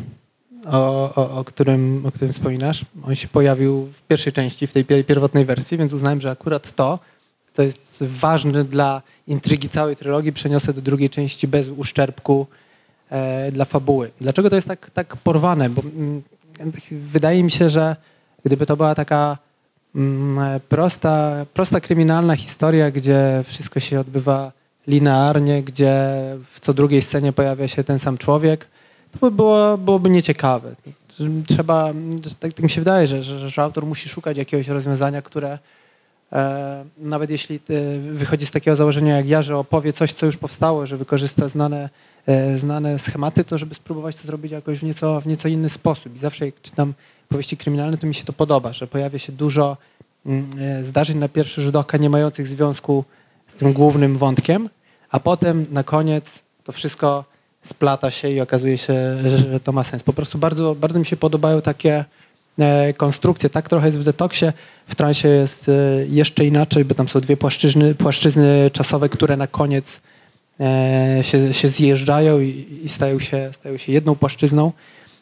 o którym wspominasz, on się pojawił w pierwszej części, w tej pierwotnej wersji, więc uznałem, że akurat to jest ważne dla intrygi całej trylogii. Przeniosę do drugiej części bez uszczerbku dla fabuły. Dlaczego to jest tak porwane? Bo wydaje mi się, że gdyby to była taka prosta kryminalna historia, gdzie wszystko się odbywa linearnie, gdzie w co drugiej scenie pojawia się ten sam człowiek, to byłoby nieciekawe. Trzeba, tak mi się wydaje, że autor musi szukać jakiegoś rozwiązania, które nawet jeśli wychodzi z takiego założenia jak ja, że opowie coś, co już powstało, że wykorzysta znane schematy, to żeby spróbować to zrobić jakoś w nieco inny sposób. I zawsze jak czytam powieści kryminalne, to mi się to podoba, że pojawia się dużo zdarzeń na pierwszy rzut oka nie mających związku z tym głównym wątkiem, a potem na koniec to wszystko splata się i okazuje się, że to ma sens. Po prostu bardzo, bardzo mi się podobają takie konstrukcje. Tak trochę jest w detoksie, w transie jest jeszcze inaczej, bo tam są dwie płaszczyzny czasowe, które na koniec się zjeżdżają i stają się jedną płaszczyzną.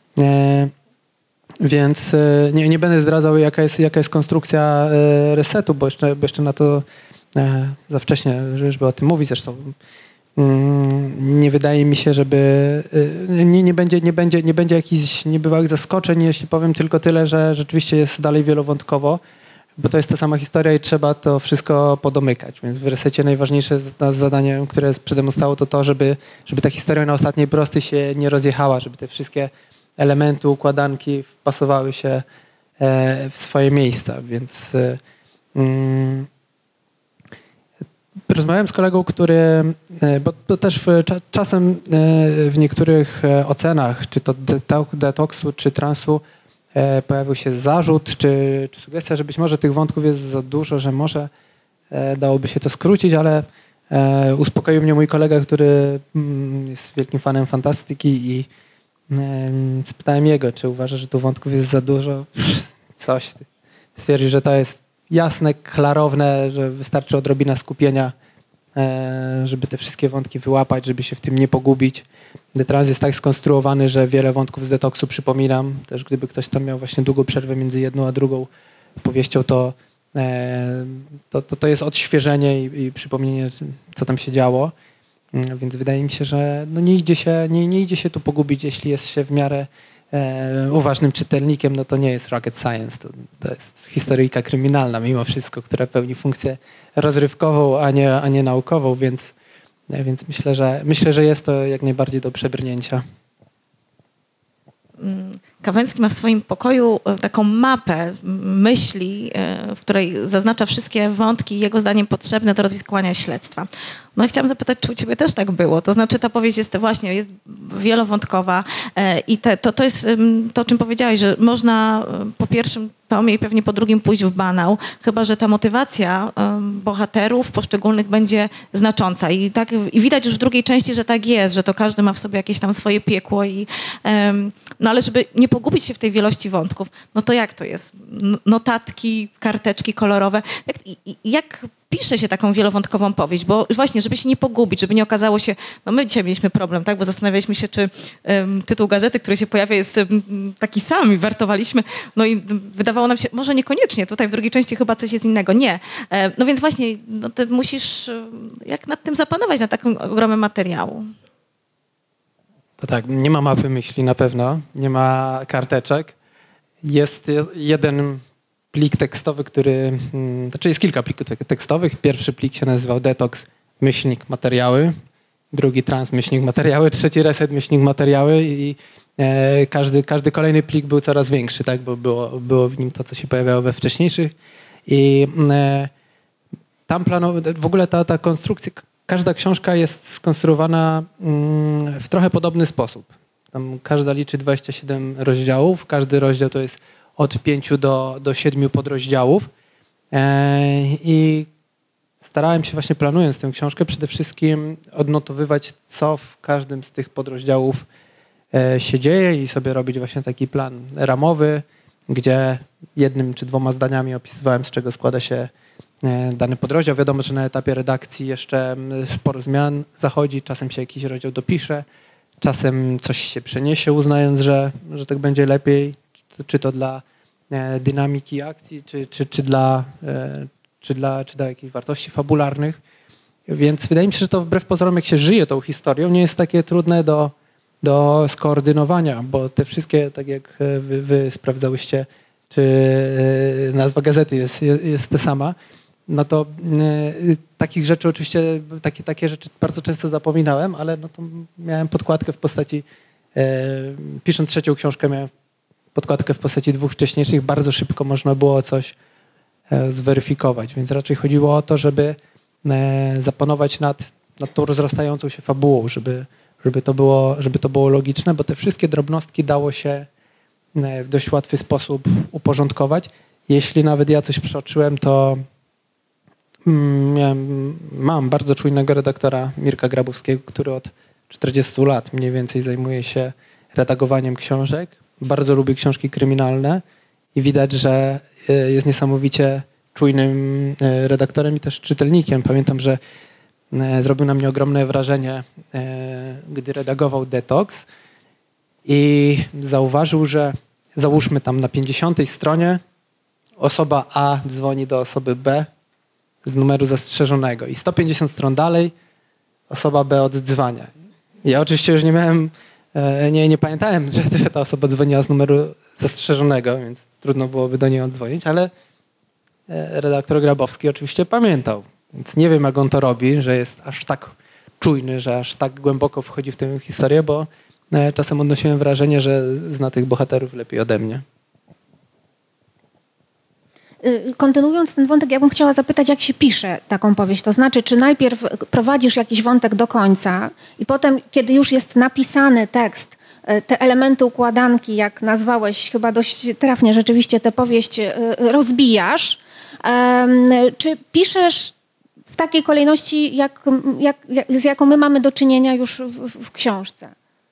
Więc nie będę zdradzał, jaka jest konstrukcja resetu, bo jeszcze na to za wcześnie, żeby o tym mówić. Zresztą nie wydaje mi się, żeby nie będzie jakichś niebywałych zaskoczeń, jeśli powiem tylko tyle, że rzeczywiście jest dalej wielowątkowo, bo to jest ta sama historia i trzeba to wszystko podomykać. Więc w resecie najważniejsze zadaniem, które przede mną stało, to żeby ta historia na ostatniej prostej się nie rozjechała, żeby te wszystkie elementy, układanki wpasowały się w swoje miejsca. Więc rozmawiałem z kolegą, bo to też czasem w niektórych ocenach, czy to detoksu, czy transu, pojawił się zarzut, czy sugestia, że być może tych wątków jest za dużo, że może dałoby się to skrócić, ale uspokoił mnie mój kolega, który jest wielkim fanem fantastyki i spytałem jego, czy uważa, że tu wątków jest za dużo. Coś. Stwierdził, że to jest jasne, klarowne, że wystarczy odrobina skupienia, żeby te wszystkie wątki wyłapać, żeby się w tym nie pogubić. Detrans jest tak skonstruowany, że wiele wątków z detoksu przypominam. Też gdyby ktoś tam miał właśnie długą przerwę między jedną a drugą powieścią, to jest odświeżenie i przypomnienie, co tam się działo. Więc wydaje mi się, że nie idzie się tu pogubić, jeśli jest się w miarę uważnym czytelnikiem, no to nie jest rocket science, to jest historyjka kryminalna mimo wszystko, która pełni funkcję rozrywkową, a nie naukową, więc myślę, że jest to jak najbardziej do przebrnięcia. Kawęcki ma w swoim pokoju taką mapę myśli, w której zaznacza wszystkie wątki jego zdaniem potrzebne do rozwiązania śledztwa. No i chciałam zapytać, czy u ciebie też tak było? To znaczy ta powieść jest wielowątkowa i to jest to, o czym powiedziałeś, że można po pierwszym tomie i pewnie po drugim pójść w banał, chyba że ta motywacja bohaterów poszczególnych będzie znacząca. I widać już w drugiej części, że tak jest, że to każdy ma w sobie jakieś tam swoje piekło no ale żeby nie pogubić się w tej wielości wątków, no to jak to jest? Notatki, karteczki kolorowe. Jak pisze się taką wielowątkową powieść? Bo właśnie, żeby się nie pogubić, żeby nie okazało się... No my dzisiaj mieliśmy problem, tak? Bo zastanawialiśmy się, czy tytuł gazety, który się pojawia, jest taki sam i wertowaliśmy. No i wydawało nam się, może niekoniecznie. Tutaj w drugiej części chyba coś jest innego. Nie. No więc właśnie, no ty musisz jak nad tym zapanować, nad takim ogromem materiału. To tak, nie ma mapy myśli na pewno, nie ma karteczek. Jest jeden plik tekstowy, znaczy jest kilka plików tekstowych. Pierwszy plik się nazywał detoks --materiały, drugi trans --materiały, trzeci reset --materiały i każdy kolejny plik był coraz większy, tak, bo było w nim to, co się pojawiało we wcześniejszych. I tam w ogóle ta konstrukcja, każda książka jest skonstruowana w trochę podobny sposób. Tam każda liczy 27 rozdziałów, każdy rozdział to jest od 5 do 7 podrozdziałów i starałem się właśnie, planując tę książkę, przede wszystkim odnotowywać, co w każdym z tych podrozdziałów się dzieje i sobie robić właśnie taki plan ramowy, gdzie jednym czy dwoma zdaniami opisywałem, z czego składa się dany podrozdział. Wiadomo, że na etapie redakcji jeszcze sporo zmian zachodzi, czasem się jakiś rozdział dopisze, czasem coś się przeniesie, uznając, że tak będzie lepiej, czy to dla dynamiki akcji, czy dla jakichś wartości fabularnych. Więc wydaje mi się, że to wbrew pozorom, jak się żyje tą historią, nie jest takie trudne do skoordynowania, bo te wszystkie, tak jak wy sprawdzałyście, czy nazwa gazety jest ta sama, no to takich rzeczy oczywiście, takie rzeczy bardzo często zapominałem, ale no to miałem podkładkę w postaci, pisząc trzecią książkę miałem podkładkę w postaci 2 wcześniejszych, bardzo szybko można było coś zweryfikować, więc raczej chodziło o to, żeby zapanować nad tą rozrastającą się fabułą, żeby to było logiczne, bo te wszystkie drobnostki dało się w dość łatwy sposób uporządkować. Jeśli nawet ja coś przeoczyłem, to mam bardzo czujnego redaktora Mirka Grabowskiego, który od 40 lat mniej więcej zajmuje się redagowaniem książek. Bardzo lubi książki kryminalne i widać, że jest niesamowicie czujnym redaktorem i też czytelnikiem. Pamiętam, że zrobił na mnie ogromne wrażenie, gdy redagował Detox i zauważył, że załóżmy tam na 50 stronie osoba A dzwoni do osoby B z numeru zastrzeżonego i 150 stron dalej osoba B oddzwania. Ja oczywiście już nie pamiętałem, że ta osoba dzwoniła z numeru zastrzeżonego, więc trudno byłoby do niej oddzwonić, ale redaktor Grabowski oczywiście pamiętał. Więc nie wiem, jak on to robi, że jest aż tak czujny, że aż tak głęboko wchodzi w tę historię, bo czasem odnosiłem wrażenie, że zna tych bohaterów lepiej ode mnie. Kontynuując ten wątek, ja bym chciała zapytać, jak się pisze taką powieść. To znaczy, czy najpierw prowadzisz jakiś wątek do końca i potem, kiedy już jest napisany tekst, te elementy układanki, jak nazwałeś chyba dość trafnie rzeczywiście tę powieść, rozbijasz, czy piszesz w takiej kolejności, z jaką my mamy do czynienia już w książce?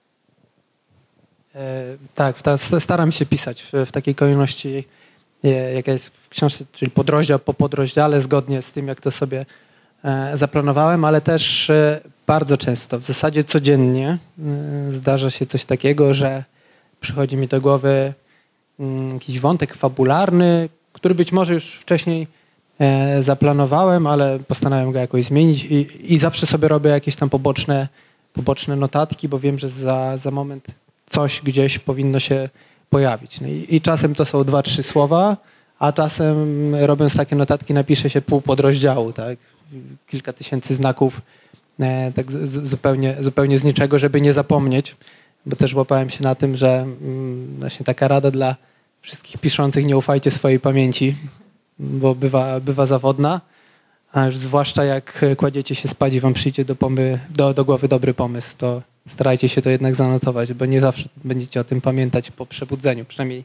Tak, staram się pisać w takiej kolejności, jaka jest w książce, czyli podrozdział po podrozdziale, zgodnie z tym, jak to sobie zaplanowałem, ale też bardzo często, w zasadzie codziennie zdarza się coś takiego, że przychodzi mi do głowy jakiś wątek fabularny, który być może już wcześniej zaplanowałem, ale postanowiłem go jakoś zmienić i zawsze sobie robię jakieś tam poboczne notatki, bo wiem, że za moment coś gdzieś powinno się pojawić. No i czasem to są 2-3 słowa, a czasem robiąc takie notatki napisze się pół podrozdziału, tak? Kilka tysięcy znaków, tak zupełnie z niczego, żeby nie zapomnieć, bo też łapałem się na tym, że właśnie taka rada dla wszystkich piszących: nie ufajcie swojej pamięci, bo bywa zawodna, a już zwłaszcza jak kładziecie się spać i wam przyjdzie do głowy dobry pomysł, to starajcie się to jednak zanotować, bo nie zawsze będziecie o tym pamiętać po przebudzeniu. Przynajmniej,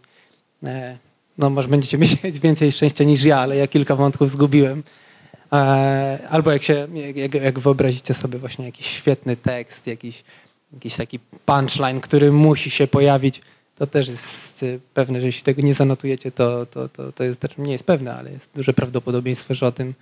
no może będziecie mieć więcej szczęścia niż ja, ale ja kilka wątków zgubiłem. Albo jak wyobrazicie sobie właśnie jakiś świetny tekst, jakiś taki punchline, który musi się pojawić, to też jest pewne, że jeśli tego nie zanotujecie, to jest, też nie jest pewne, ale jest duże prawdopodobieństwo, że o tym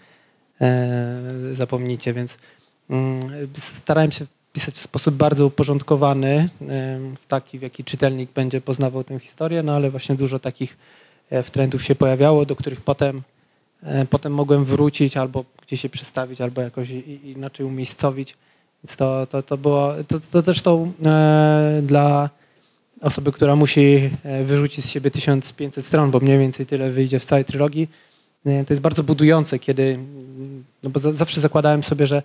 zapomnicie, więc starałem się pisać w sposób bardzo uporządkowany, w jaki czytelnik będzie poznawał tę historię, no ale właśnie dużo takich wtrętów się pojawiało, do których potem mogłem wrócić albo gdzieś się przestawić, albo jakoś inaczej umiejscowić. Więc to też dla osoby, która musi wyrzucić z siebie 1500 stron, bo mniej więcej tyle wyjdzie w całej trylogii, to jest bardzo budujące, kiedy, no bo zawsze zakładałem sobie, że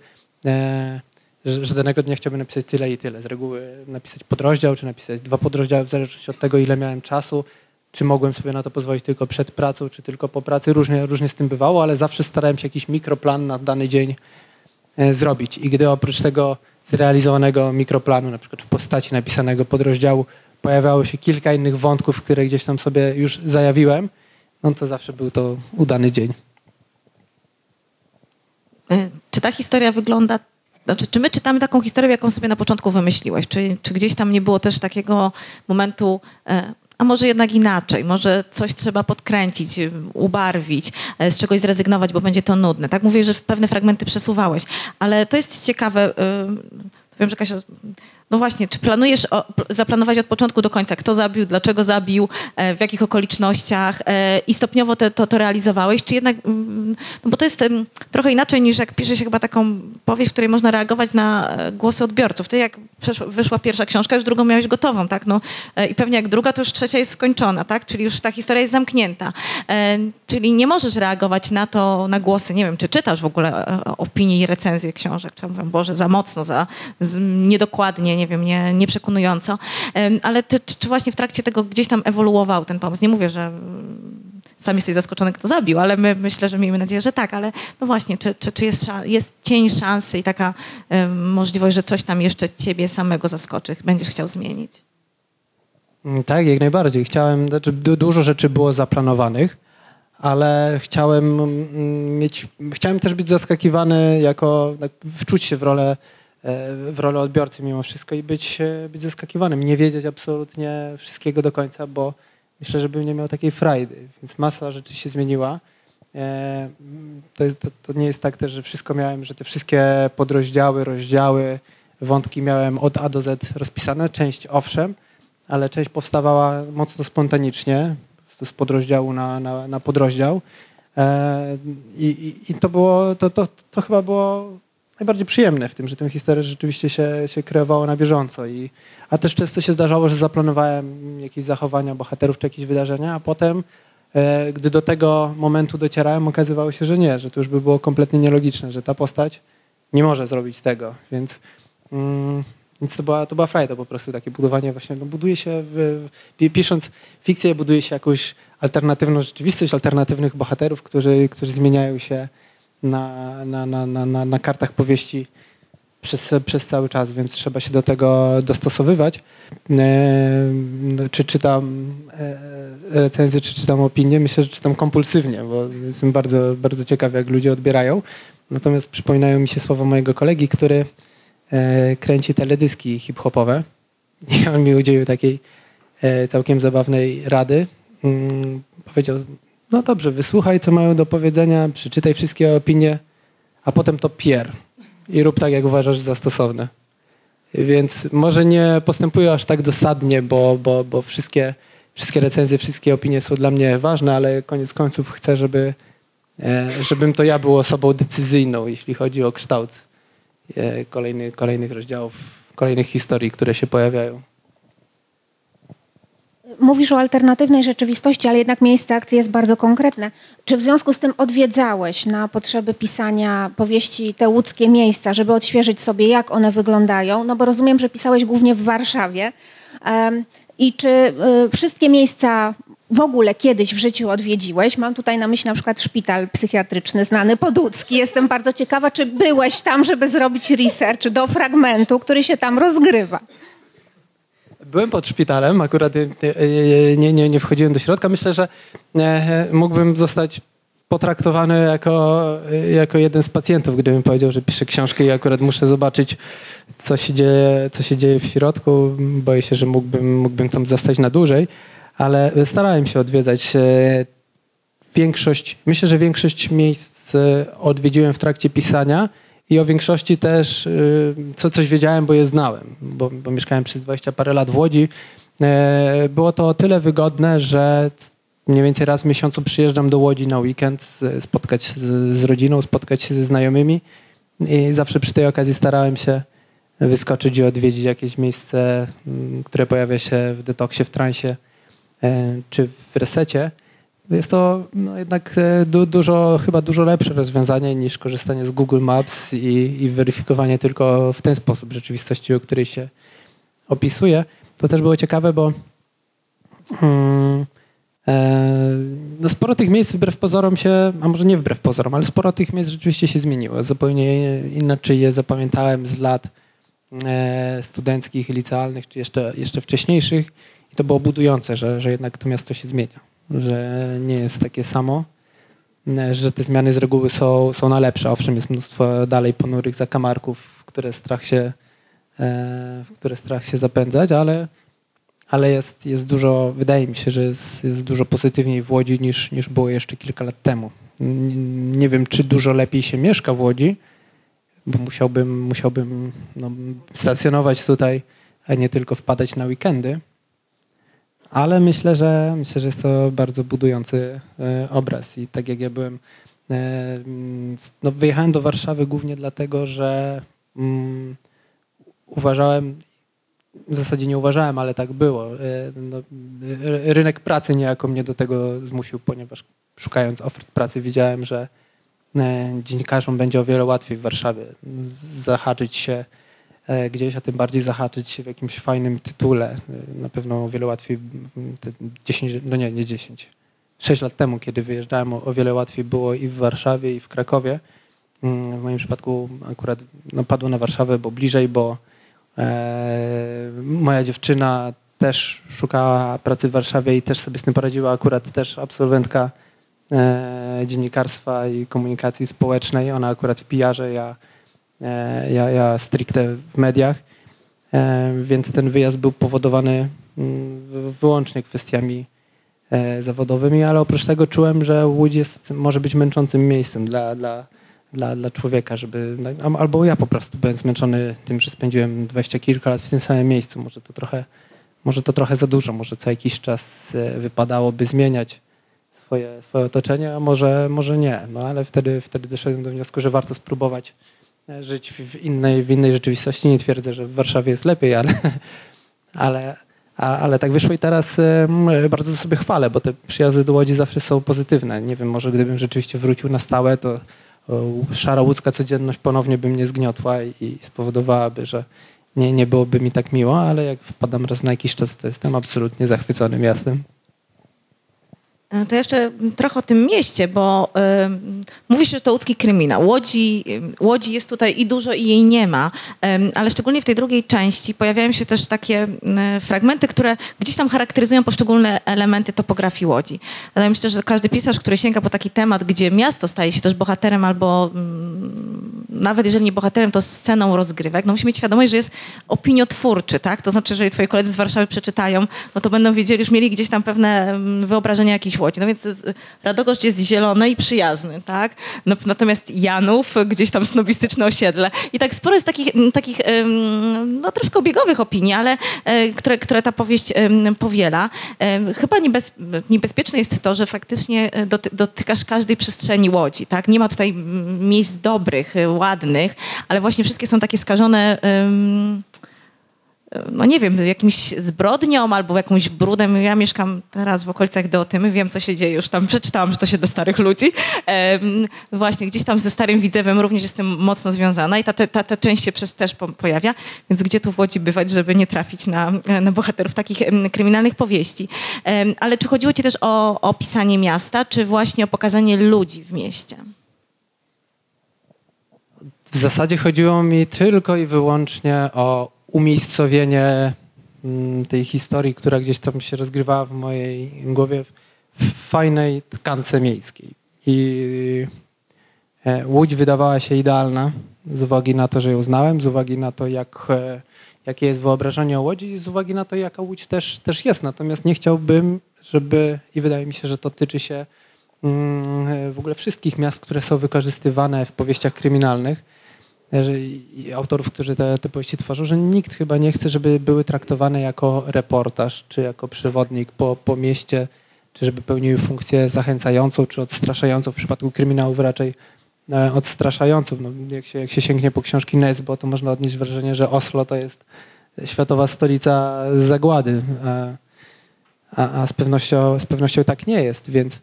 danego dnia chciałbym napisać tyle i tyle. Z reguły napisać podrozdział, czy napisać 2 podrozdziały, w zależności od tego, ile miałem czasu, czy mogłem sobie na to pozwolić tylko przed pracą, czy tylko po pracy. Różnie z tym bywało, ale zawsze starałem się jakiś mikroplan na dany dzień zrobić. I gdy oprócz tego zrealizowanego mikroplanu, na przykład w postaci napisanego podrozdziału, pojawiało się kilka innych wątków, które gdzieś tam sobie już zajawiłem, no to zawsze był to udany dzień. Czy ta historia wygląda, czy my czytamy taką historię, jaką sobie na początku wymyśliłeś? Czy gdzieś tam nie było też takiego momentu, a może jednak inaczej, może coś trzeba podkręcić, ubarwić, z czegoś zrezygnować, bo będzie to nudne. Tak mówię, że pewne fragmenty przesuwałeś, ale to jest ciekawe. Wiem, że Kasia No właśnie, czy planujesz zaplanować od początku do końca, kto zabił, dlaczego zabił, w jakich okolicznościach i stopniowo to realizowałeś, czy jednak, no bo to jest trochę inaczej niż jak pisze się chyba taką powieść, w której można reagować na głosy odbiorców. Ty jak wyszła pierwsza książka, już drugą miałeś gotową, tak, no i pewnie jak druga, to już trzecia jest skończona, tak, czyli już ta historia jest zamknięta, czyli nie możesz reagować na to, na głosy, nie wiem, czy czytasz w ogóle opinie i recenzje książek, czy mówią, Boże, za mocno, niedokładnie, nie wiem, nieprzekonująco, ale czy właśnie w trakcie tego gdzieś tam ewoluował ten pomysł? Nie mówię, że sam jesteś zaskoczony, kto zabił, ale my myślę, że miejmy nadzieję, że tak, ale no właśnie, czy jest cień szansy i taka możliwość, że coś tam jeszcze ciebie samego zaskoczy, będziesz chciał zmienić? Tak, jak najbardziej. Znaczy dużo rzeczy było zaplanowanych, ale chciałem też być zaskakiwany, wczuć się w rolę odbiorcy mimo wszystko i być zaskakiwanym, nie wiedzieć absolutnie wszystkiego do końca, bo myślę, że bym nie miał takiej frajdy, więc masa rzeczy się zmieniła. To nie jest tak też, że wszystko miałem, że te wszystkie podrozdziały, rozdziały, wątki miałem od A do Z rozpisane, część owszem, ale część powstawała mocno spontanicznie, z podrozdziału na podrozdział. I to chyba było najbardziej przyjemne w tym, że tę historię rzeczywiście się kreowało na bieżąco. A też często się zdarzało, że zaplanowałem jakieś zachowania bohaterów czy jakieś wydarzenia, a potem, gdy do tego momentu docierałem, okazywało się, że nie, że to już by było kompletnie nielogiczne, że ta postać nie może zrobić tego. Więc to była frajda po prostu, takie budowanie właśnie, no buduje się, pisząc fikcję, buduje się jakąś alternatywną rzeczywistość, alternatywnych bohaterów, którzy zmieniają się na kartach powieści przez cały czas, więc trzeba się do tego dostosowywać. Czy czytam recenzje, czy czytam opinie? Myślę, że czytam kompulsywnie, bo jestem bardzo, bardzo ciekawy, jak ludzie odbierają. Natomiast przypominają mi się słowa mojego kolegi, który kręci teledyski hip-hopowe i on mi udzielił takiej całkiem zabawnej rady. Powiedział, no dobrze, wysłuchaj, co mają do powiedzenia, przeczytaj wszystkie opinie, a potem to pier i rób tak, jak uważasz za stosowne. Więc może nie postępuję aż tak dosadnie, bo wszystkie recenzje, wszystkie opinie są dla mnie ważne, ale koniec końców chcę, żebym to ja był osobą decyzyjną, jeśli chodzi o kształt kolejnych rozdziałów, kolejnych historii, które się pojawiają. Mówisz o alternatywnej rzeczywistości, ale jednak miejsce akcji jest bardzo konkretne. Czy w związku z tym odwiedzałeś na potrzeby pisania powieści te łódzkie miejsca, żeby odświeżyć sobie, jak one wyglądają? No bo rozumiem, że pisałeś głównie w Warszawie. I czy wszystkie miejsca w ogóle kiedyś w życiu odwiedziłeś? Mam tutaj na myśli na przykład szpital psychiatryczny znany Podłódzki. Jestem bardzo ciekawa, czy byłeś tam, żeby zrobić research do fragmentu, który się tam rozgrywa. Byłem pod szpitalem, akurat nie wchodziłem do środka. Myślę, że mógłbym zostać potraktowany jako jeden z pacjentów, gdybym powiedział, że piszę książkę i akurat muszę zobaczyć, co się dzieje w środku. Boję się, że mógłbym tam zostać na dłużej, ale starałem się odwiedzać myślę, że większość miejsc odwiedziłem w trakcie pisania i o większości też coś wiedziałem, bo je znałem, bo mieszkałem przez 20 parę lat w Łodzi. Było to o tyle wygodne, że mniej więcej raz w miesiącu przyjeżdżam do Łodzi na weekend, spotkać się z rodziną, spotkać się ze znajomymi i zawsze przy tej okazji starałem się wyskoczyć i odwiedzić jakieś miejsce, które pojawia się w detoksie, w transie czy w resecie. Jest to jednak chyba dużo lepsze rozwiązanie niż korzystanie z Google Maps i weryfikowanie tylko w ten sposób rzeczywistości, o której się opisuje. To też było ciekawe, bo sporo tych miejsc wbrew pozorom a może nie wbrew pozorom, ale sporo tych miejsc rzeczywiście się zmieniło. Zupełnie inaczej je zapamiętałem z lat studenckich, licealnych, czy jeszcze wcześniejszych. I to było budujące, że jednak to miasto się zmienia, że nie jest takie samo, że te zmiany z reguły są na lepsze. Owszem, jest mnóstwo dalej ponurych zakamarków, w które strach się zapędzać, ale jest dużo, wydaje mi się, że jest dużo pozytywniej w Łodzi niż było jeszcze kilka lat temu. Nie wiem, czy dużo lepiej się mieszka w Łodzi. bo musiałbym stacjonować tutaj, a nie tylko wpadać na weekendy. Ale myślę, że jest to bardzo budujący obraz i tak jak ja byłem, wyjechałem do Warszawy głównie dlatego, że uważałem, w zasadzie nie uważałem, ale tak było. Rynek pracy niejako mnie do tego zmusił, ponieważ szukając ofert pracy widziałem, że dziennikarzom będzie o wiele łatwiej w Warszawie zahaczyć się gdzieś, a tym bardziej zahaczyć się w jakimś fajnym tytule. Na pewno o wiele łatwiej 6 lat temu, kiedy wyjeżdżałem, o wiele łatwiej było i w Warszawie, i w Krakowie. W moim przypadku akurat padło na Warszawę, bo bliżej, bo moja dziewczyna też szukała pracy w Warszawie i też sobie z tym poradziła, akurat też absolwentka dziennikarstwa i komunikacji społecznej. Ona akurat w PR-ze, ja stricte w mediach, więc ten wyjazd był powodowany wyłącznie kwestiami zawodowymi, ale oprócz tego czułem, że Łódź może być męczącym miejscem dla człowieka, albo ja po prostu byłem zmęczony tym, że spędziłem 20 kilka lat w tym samym miejscu. Może to trochę za dużo, może co jakiś czas wypadałoby zmieniać swoje otoczenie, a może nie. No ale wtedy doszedłem do wniosku, że warto spróbować żyć w innej rzeczywistości. Nie twierdzę, że w Warszawie jest lepiej, ale tak wyszło i teraz bardzo sobie chwalę, bo te przyjazdy do Łodzi zawsze są pozytywne. Nie wiem, może gdybym rzeczywiście wrócił na stałe, to szara łódzka codzienność ponownie by mnie zgniotła i spowodowałaby, że nie byłoby mi tak miło, ale jak wpadam raz na jakiś czas, to jestem absolutnie zachwycony miastem. To jeszcze trochę o tym mieście, bo mówisz, że to łódzki kryminał. Łodzi jest tutaj i dużo, i jej nie ma, ale szczególnie w tej drugiej części pojawiają się też takie fragmenty, które gdzieś tam charakteryzują poszczególne elementy topografii Łodzi. Ale myślę, że każdy pisarz, który sięga po taki temat, gdzie miasto staje się też bohaterem albo nawet jeżeli nie bohaterem, to sceną rozgrywek, no musi mieć świadomość, że jest opiniotwórczy, tak? To znaczy, że jeżeli twoi koledzy z Warszawy przeczytają, no to będą wiedzieli, już mieli gdzieś tam pewne wyobrażenia jakiejś Łodzi. No więc Radogoszcz jest zielony i przyjazny, tak? Natomiast Janów, gdzieś tam snobistyczne osiedle. I tak sporo jest takich no troszkę obiegowych opinii, ale które ta powieść powiela. Chyba niebezpieczne jest to, że faktycznie dotykasz każdej przestrzeni Łodzi, tak? Nie ma tutaj miejsc dobrych, ładnych, ale właśnie wszystkie są takie skażone no nie wiem, jakimś zbrodnią albo jakimś brudem. Ja mieszkam teraz w okolicach Deotymy, wiem, co się dzieje już tam. Przeczytałam, że to się do starych ludzi. Właśnie gdzieś tam ze Starym Widzewem również jestem mocno związana i ta część się też pojawia, więc gdzie tu w Łodzi bywać, żeby nie trafić na bohaterów takich kryminalnych powieści. Ale czy chodziło ci też o opisanie miasta, czy właśnie o pokazanie ludzi w mieście? W zasadzie chodziło mi tylko i wyłącznie o umiejscowienie tej historii, która gdzieś tam się rozgrywała w mojej głowie w fajnej tkance miejskiej. I Łódź wydawała się idealna z uwagi na to, że ją znałem, z uwagi na to, jakie jest wyobrażenie o Łodzi i z uwagi na to, jaka Łódź też jest. Natomiast nie chciałbym, żeby, i wydaje mi się, że to tyczy się w ogóle wszystkich miast, które są wykorzystywane w powieściach kryminalnych, i autorów, którzy te powieści tworzą, że nikt chyba nie chce, żeby były traktowane jako reportaż, czy jako przewodnik po mieście, czy żeby pełniły funkcję zachęcającą, czy odstraszającą. W przypadku kryminałów raczej odstraszającą. No, jak się sięgnie po książki Nesbo, to można odnieść wrażenie, że Oslo to jest światowa stolica zagłady, a z pewnością tak nie jest, więc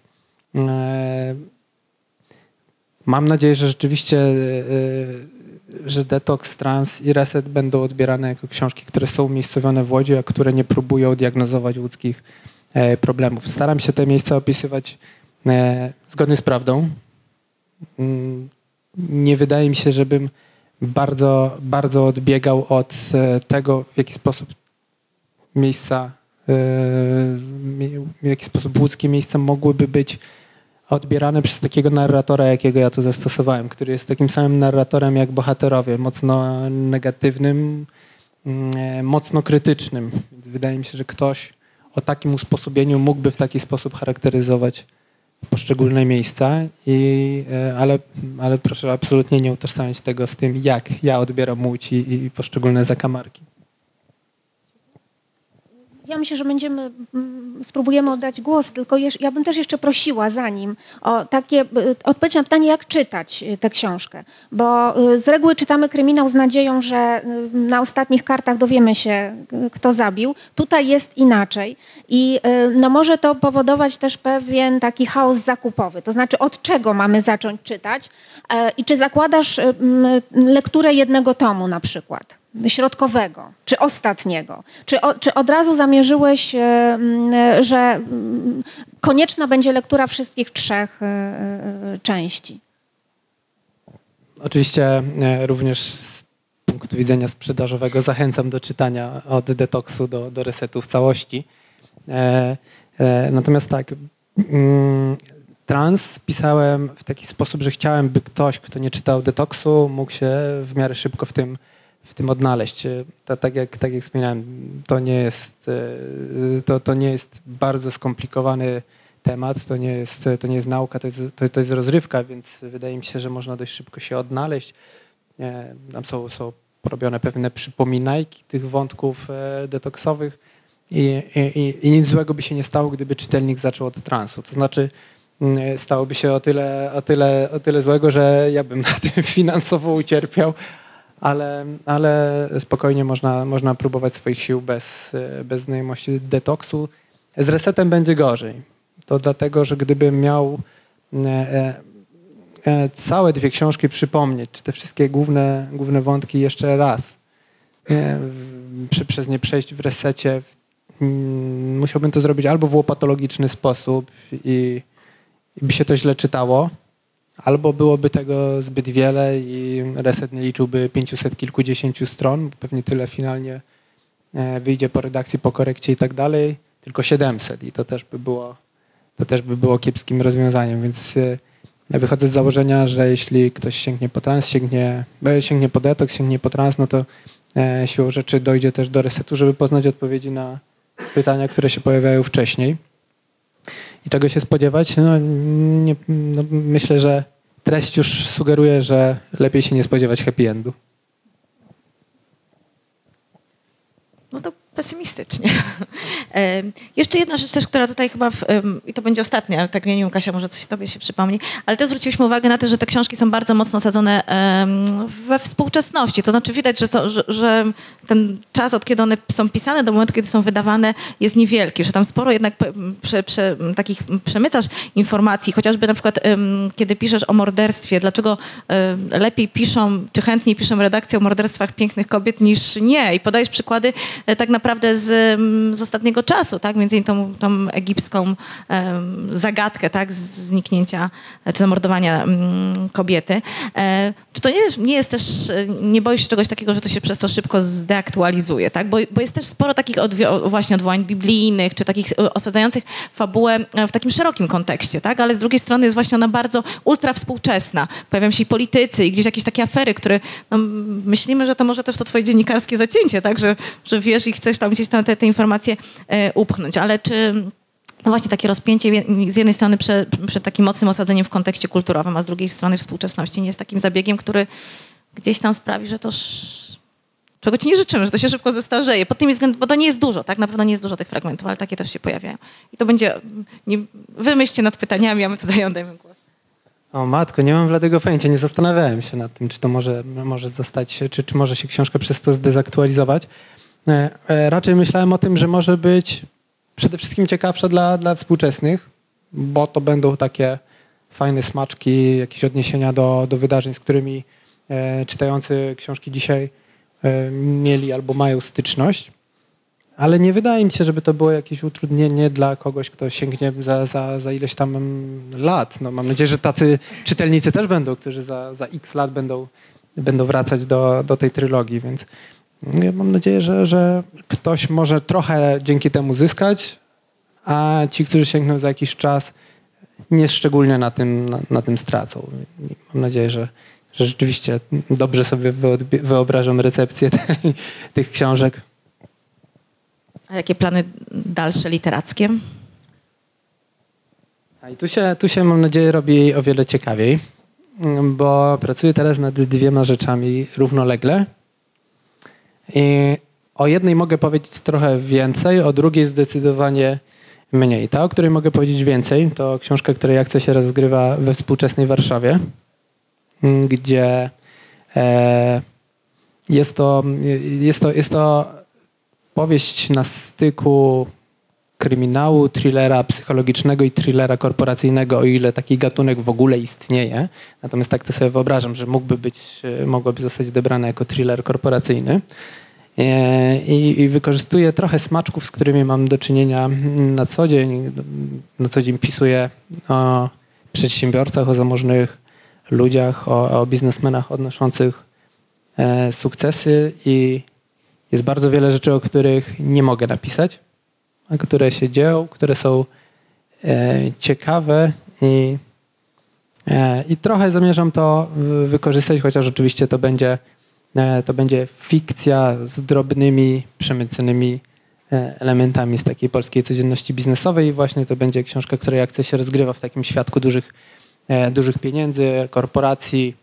mam nadzieję, że rzeczywiście że Detoks, Trans i Reset będą odbierane jako książki, które są umiejscowione w Łodzi, a które nie próbują diagnozować łódzkich problemów. Staram się te miejsca opisywać zgodnie z prawdą. Nie wydaje mi się, żebym bardzo, bardzo odbiegał od tego, w jaki sposób łódzkie miejsca mogłyby być odbierane przez takiego narratora, jakiego ja tu zastosowałem, który jest takim samym narratorem jak bohaterowie, mocno negatywnym, mocno krytycznym. Więc wydaje mi się, że ktoś o takim usposobieniu mógłby w taki sposób charakteryzować poszczególne miejsca, ale proszę absolutnie nie utożsamiać tego z tym, jak ja odbieram Łódź i poszczególne zakamarki. Ja myślę, że spróbujemy oddać głos, tylko ja bym też jeszcze prosiła zanim o takie odpowiedź na pytanie, jak czytać tę książkę. Bo z reguły czytamy kryminał z nadzieją, że na ostatnich kartach dowiemy się, kto zabił. Tutaj jest inaczej i może to powodować też pewien taki chaos zakupowy. To znaczy, od czego mamy zacząć czytać i czy zakładasz lekturę jednego tomu na przykład? Środkowego, czy ostatniego? Czy od razu zamierzyłeś, że konieczna będzie lektura wszystkich 3 części? Oczywiście również z punktu widzenia sprzedażowego zachęcam do czytania od detoksu do resetu w całości. Natomiast tak, trans pisałem w taki sposób, że chciałem, by ktoś, kto nie czytał detoksu, mógł się w miarę szybko w tym odnaleźć. Tak jak wspominałem, to nie jest bardzo skomplikowany temat, to nie jest nauka, to jest rozrywka, więc wydaje mi się, że można dość szybko się odnaleźć. Tam są robione pewne przypominajki tych wątków detoksowych i nic złego by się nie stało, gdyby czytelnik zaczął od transu. To znaczy stałoby się o tyle złego, że ja bym na tym finansowo ucierpiał, ale spokojnie można próbować swoich sił bez znajomości detoksu. Z resetem będzie gorzej. To dlatego, że gdybym miał całe 2 książki przypomnieć, czy te wszystkie główne wątki jeszcze raz, przez nie przejść w resecie, musiałbym to zrobić albo w łopatologiczny sposób i by się to źle czytało, albo byłoby tego zbyt wiele i reset nie liczyłby 500 kilkudziesięciu stron, pewnie tyle finalnie wyjdzie po redakcji, po korekcie i tak dalej, tylko 700 i to też by było kiepskim rozwiązaniem, więc wychodzę z założenia, że jeśli ktoś sięgnie po trans, sięgnie po detoks, sięgnie po trans, no to siłą rzeczy dojdzie też do resetu, żeby poznać odpowiedzi na pytania, które się pojawiają wcześniej. I czego się spodziewać? Myślę, że treść już sugeruje, że lepiej się nie spodziewać happy endu. No to pesymistycznie. Jeszcze jedna rzecz też, która tutaj chyba, i to będzie ostatnia, tak nie wiem, Kasia, może coś tobie się przypomni, ale też zwróciliśmy uwagę na to, że te książki są bardzo mocno osadzone we współczesności. To znaczy widać, że ten czas, od kiedy one są pisane do momentu, kiedy są wydawane, jest niewielki, że tam sporo jednak takich przemycasz informacji, chociażby na przykład kiedy piszesz o morderstwie, dlaczego lepiej piszą, czy chętniej piszą redakcję o morderstwach pięknych kobiet niż nie. I podajesz przykłady tak naprawdę z ostatniego czasu, tak? Między innymi tą egipską zagadkę, tak? Zniknięcia czy zamordowania kobiety. Czy to nie jest też, nie boisz się czegoś takiego, że to się przez to szybko zdeaktualizuje, tak? Bo jest też sporo takich właśnie odwołań biblijnych, czy takich osadzających fabułę w takim szerokim kontekście, tak? Ale z drugiej strony jest właśnie ona bardzo ultra współczesna. Pojawiają się i politycy, i gdzieś jakieś takie afery, które myślimy, że to może też to twoje dziennikarskie zacięcie, tak? Że wiesz i chcesz tam gdzieś tam te informacje upchnąć, ale czy właśnie takie rozpięcie z jednej strony przed takim mocnym osadzeniem w kontekście kulturowym, a z drugiej strony współczesności nie jest takim zabiegiem, który gdzieś tam sprawi, że to czego ci nie życzymy, że to się szybko zestarzeje. Pod tym względem, bo to nie jest dużo, tak? Na pewno nie jest dużo tych fragmentów, ale takie też się pojawiają. I to będzie, wymyślcie nad pytaniami, a my tutaj oddajemy głos. O matko, nie mam bladego pojęcia, nie zastanawiałem się nad tym, czy to może zostać, czy może się książka przez to zdezaktualizować. Raczej myślałem o tym, że może być przede wszystkim ciekawsza dla współczesnych, bo to będą takie fajne smaczki, jakieś odniesienia do wydarzeń, z którymi czytający książki dzisiaj mieli albo mają styczność. Ale nie wydaje mi się, żeby to było jakieś utrudnienie dla kogoś, kto sięgnie za ileś tam lat. No, mam nadzieję, że tacy czytelnicy też będą, którzy za x lat będą wracać do tej trylogii, więc ja mam nadzieję, że ktoś może trochę dzięki temu zyskać, a ci, którzy sięgną za jakiś czas, nie szczególnie na tym stracą. Mam nadzieję, że rzeczywiście dobrze sobie wyobrażam recepcję tych książek. A jakie plany dalsze literackie? I tu się, mam nadzieję, robi o wiele ciekawiej, bo pracuję teraz nad 2 rzeczami równolegle. I o jednej mogę powiedzieć trochę więcej, o drugiej zdecydowanie mniej. Ta, o której mogę powiedzieć więcej, to książka, której akcja się rozgrywa we współczesnej Warszawie, gdzie jest to powieść na styku kryminału, thrillera psychologicznego i thrillera korporacyjnego, o ile taki gatunek w ogóle istnieje. Natomiast tak to sobie wyobrażam, że mogłoby zostać odebrane jako thriller korporacyjny. I wykorzystuję trochę smaczków, z którymi mam do czynienia na co dzień. Na co dzień pisuję o przedsiębiorcach, o zamożnych ludziach, o biznesmenach odnoszących sukcesy i jest bardzo wiele rzeczy, o których nie mogę napisać, a które się dzieją, które są ciekawe i trochę zamierzam to wykorzystać, chociaż oczywiście to będzie fikcja z drobnymi, przemyconymi elementami z takiej polskiej codzienności biznesowej i właśnie to będzie książka, której akcja się rozgrywa w takim świadku dużych pieniędzy, korporacji,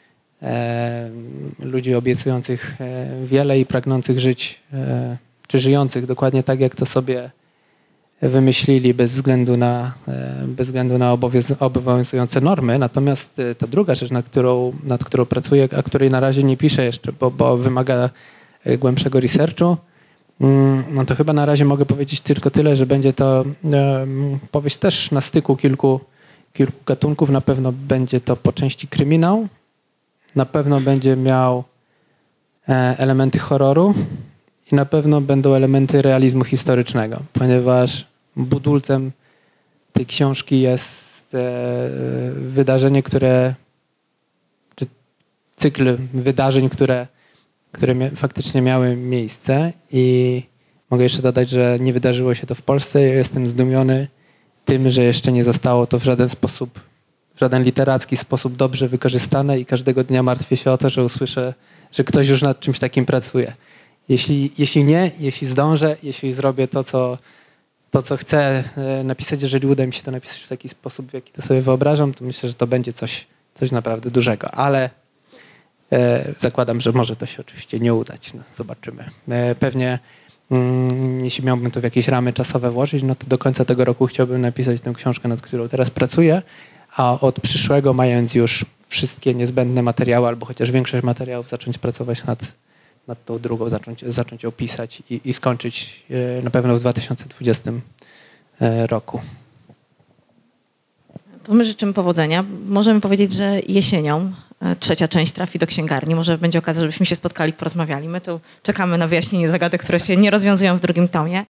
ludzi obiecujących wiele i pragnących żyć, czy żyjących dokładnie tak, jak to sobie wymyślili bez względu na obowiązujące normy. Natomiast ta druga rzecz, nad którą pracuję, a której na razie nie piszę jeszcze, bo wymaga głębszego researchu, no to chyba na razie mogę powiedzieć tylko tyle, że będzie to powieść też na styku kilku gatunków. Na pewno będzie to po części kryminał, na pewno będzie miał elementy horroru i na pewno będą elementy realizmu historycznego, ponieważ budulcem tej książki jest wydarzenie, czy cykl wydarzeń, które faktycznie miały miejsce i mogę jeszcze dodać, że nie wydarzyło się to w Polsce. Ja jestem zdumiony tym, że jeszcze nie zostało to w żaden literacki sposób dobrze wykorzystane i każdego dnia martwię się o to, że usłyszę, że ktoś już nad czymś takim pracuje. Jeśli zdążę, jeśli zrobię to, co chcę napisać, jeżeli uda mi się to napisać w taki sposób, w jaki to sobie wyobrażam, to myślę, że to będzie coś naprawdę dużego. Ale zakładam, że może to się oczywiście nie udać. No, zobaczymy. Pewnie jeśli miałbym to w jakieś ramy czasowe włożyć, no to do końca tego roku chciałbym napisać tę książkę, nad którą teraz pracuję, a od przyszłego, mając już wszystkie niezbędne materiały, albo chociaż większość materiałów, zacząć pracować nad tą drugą, zacząć ją pisać i skończyć na pewno w 2020 roku. To my życzymy powodzenia. Możemy powiedzieć, że jesienią 3. część trafi do księgarni. Może będzie okazja, żebyśmy się spotkali, porozmawiali. My tu czekamy na wyjaśnienie zagadek, które się nie rozwiązują w drugim tomie.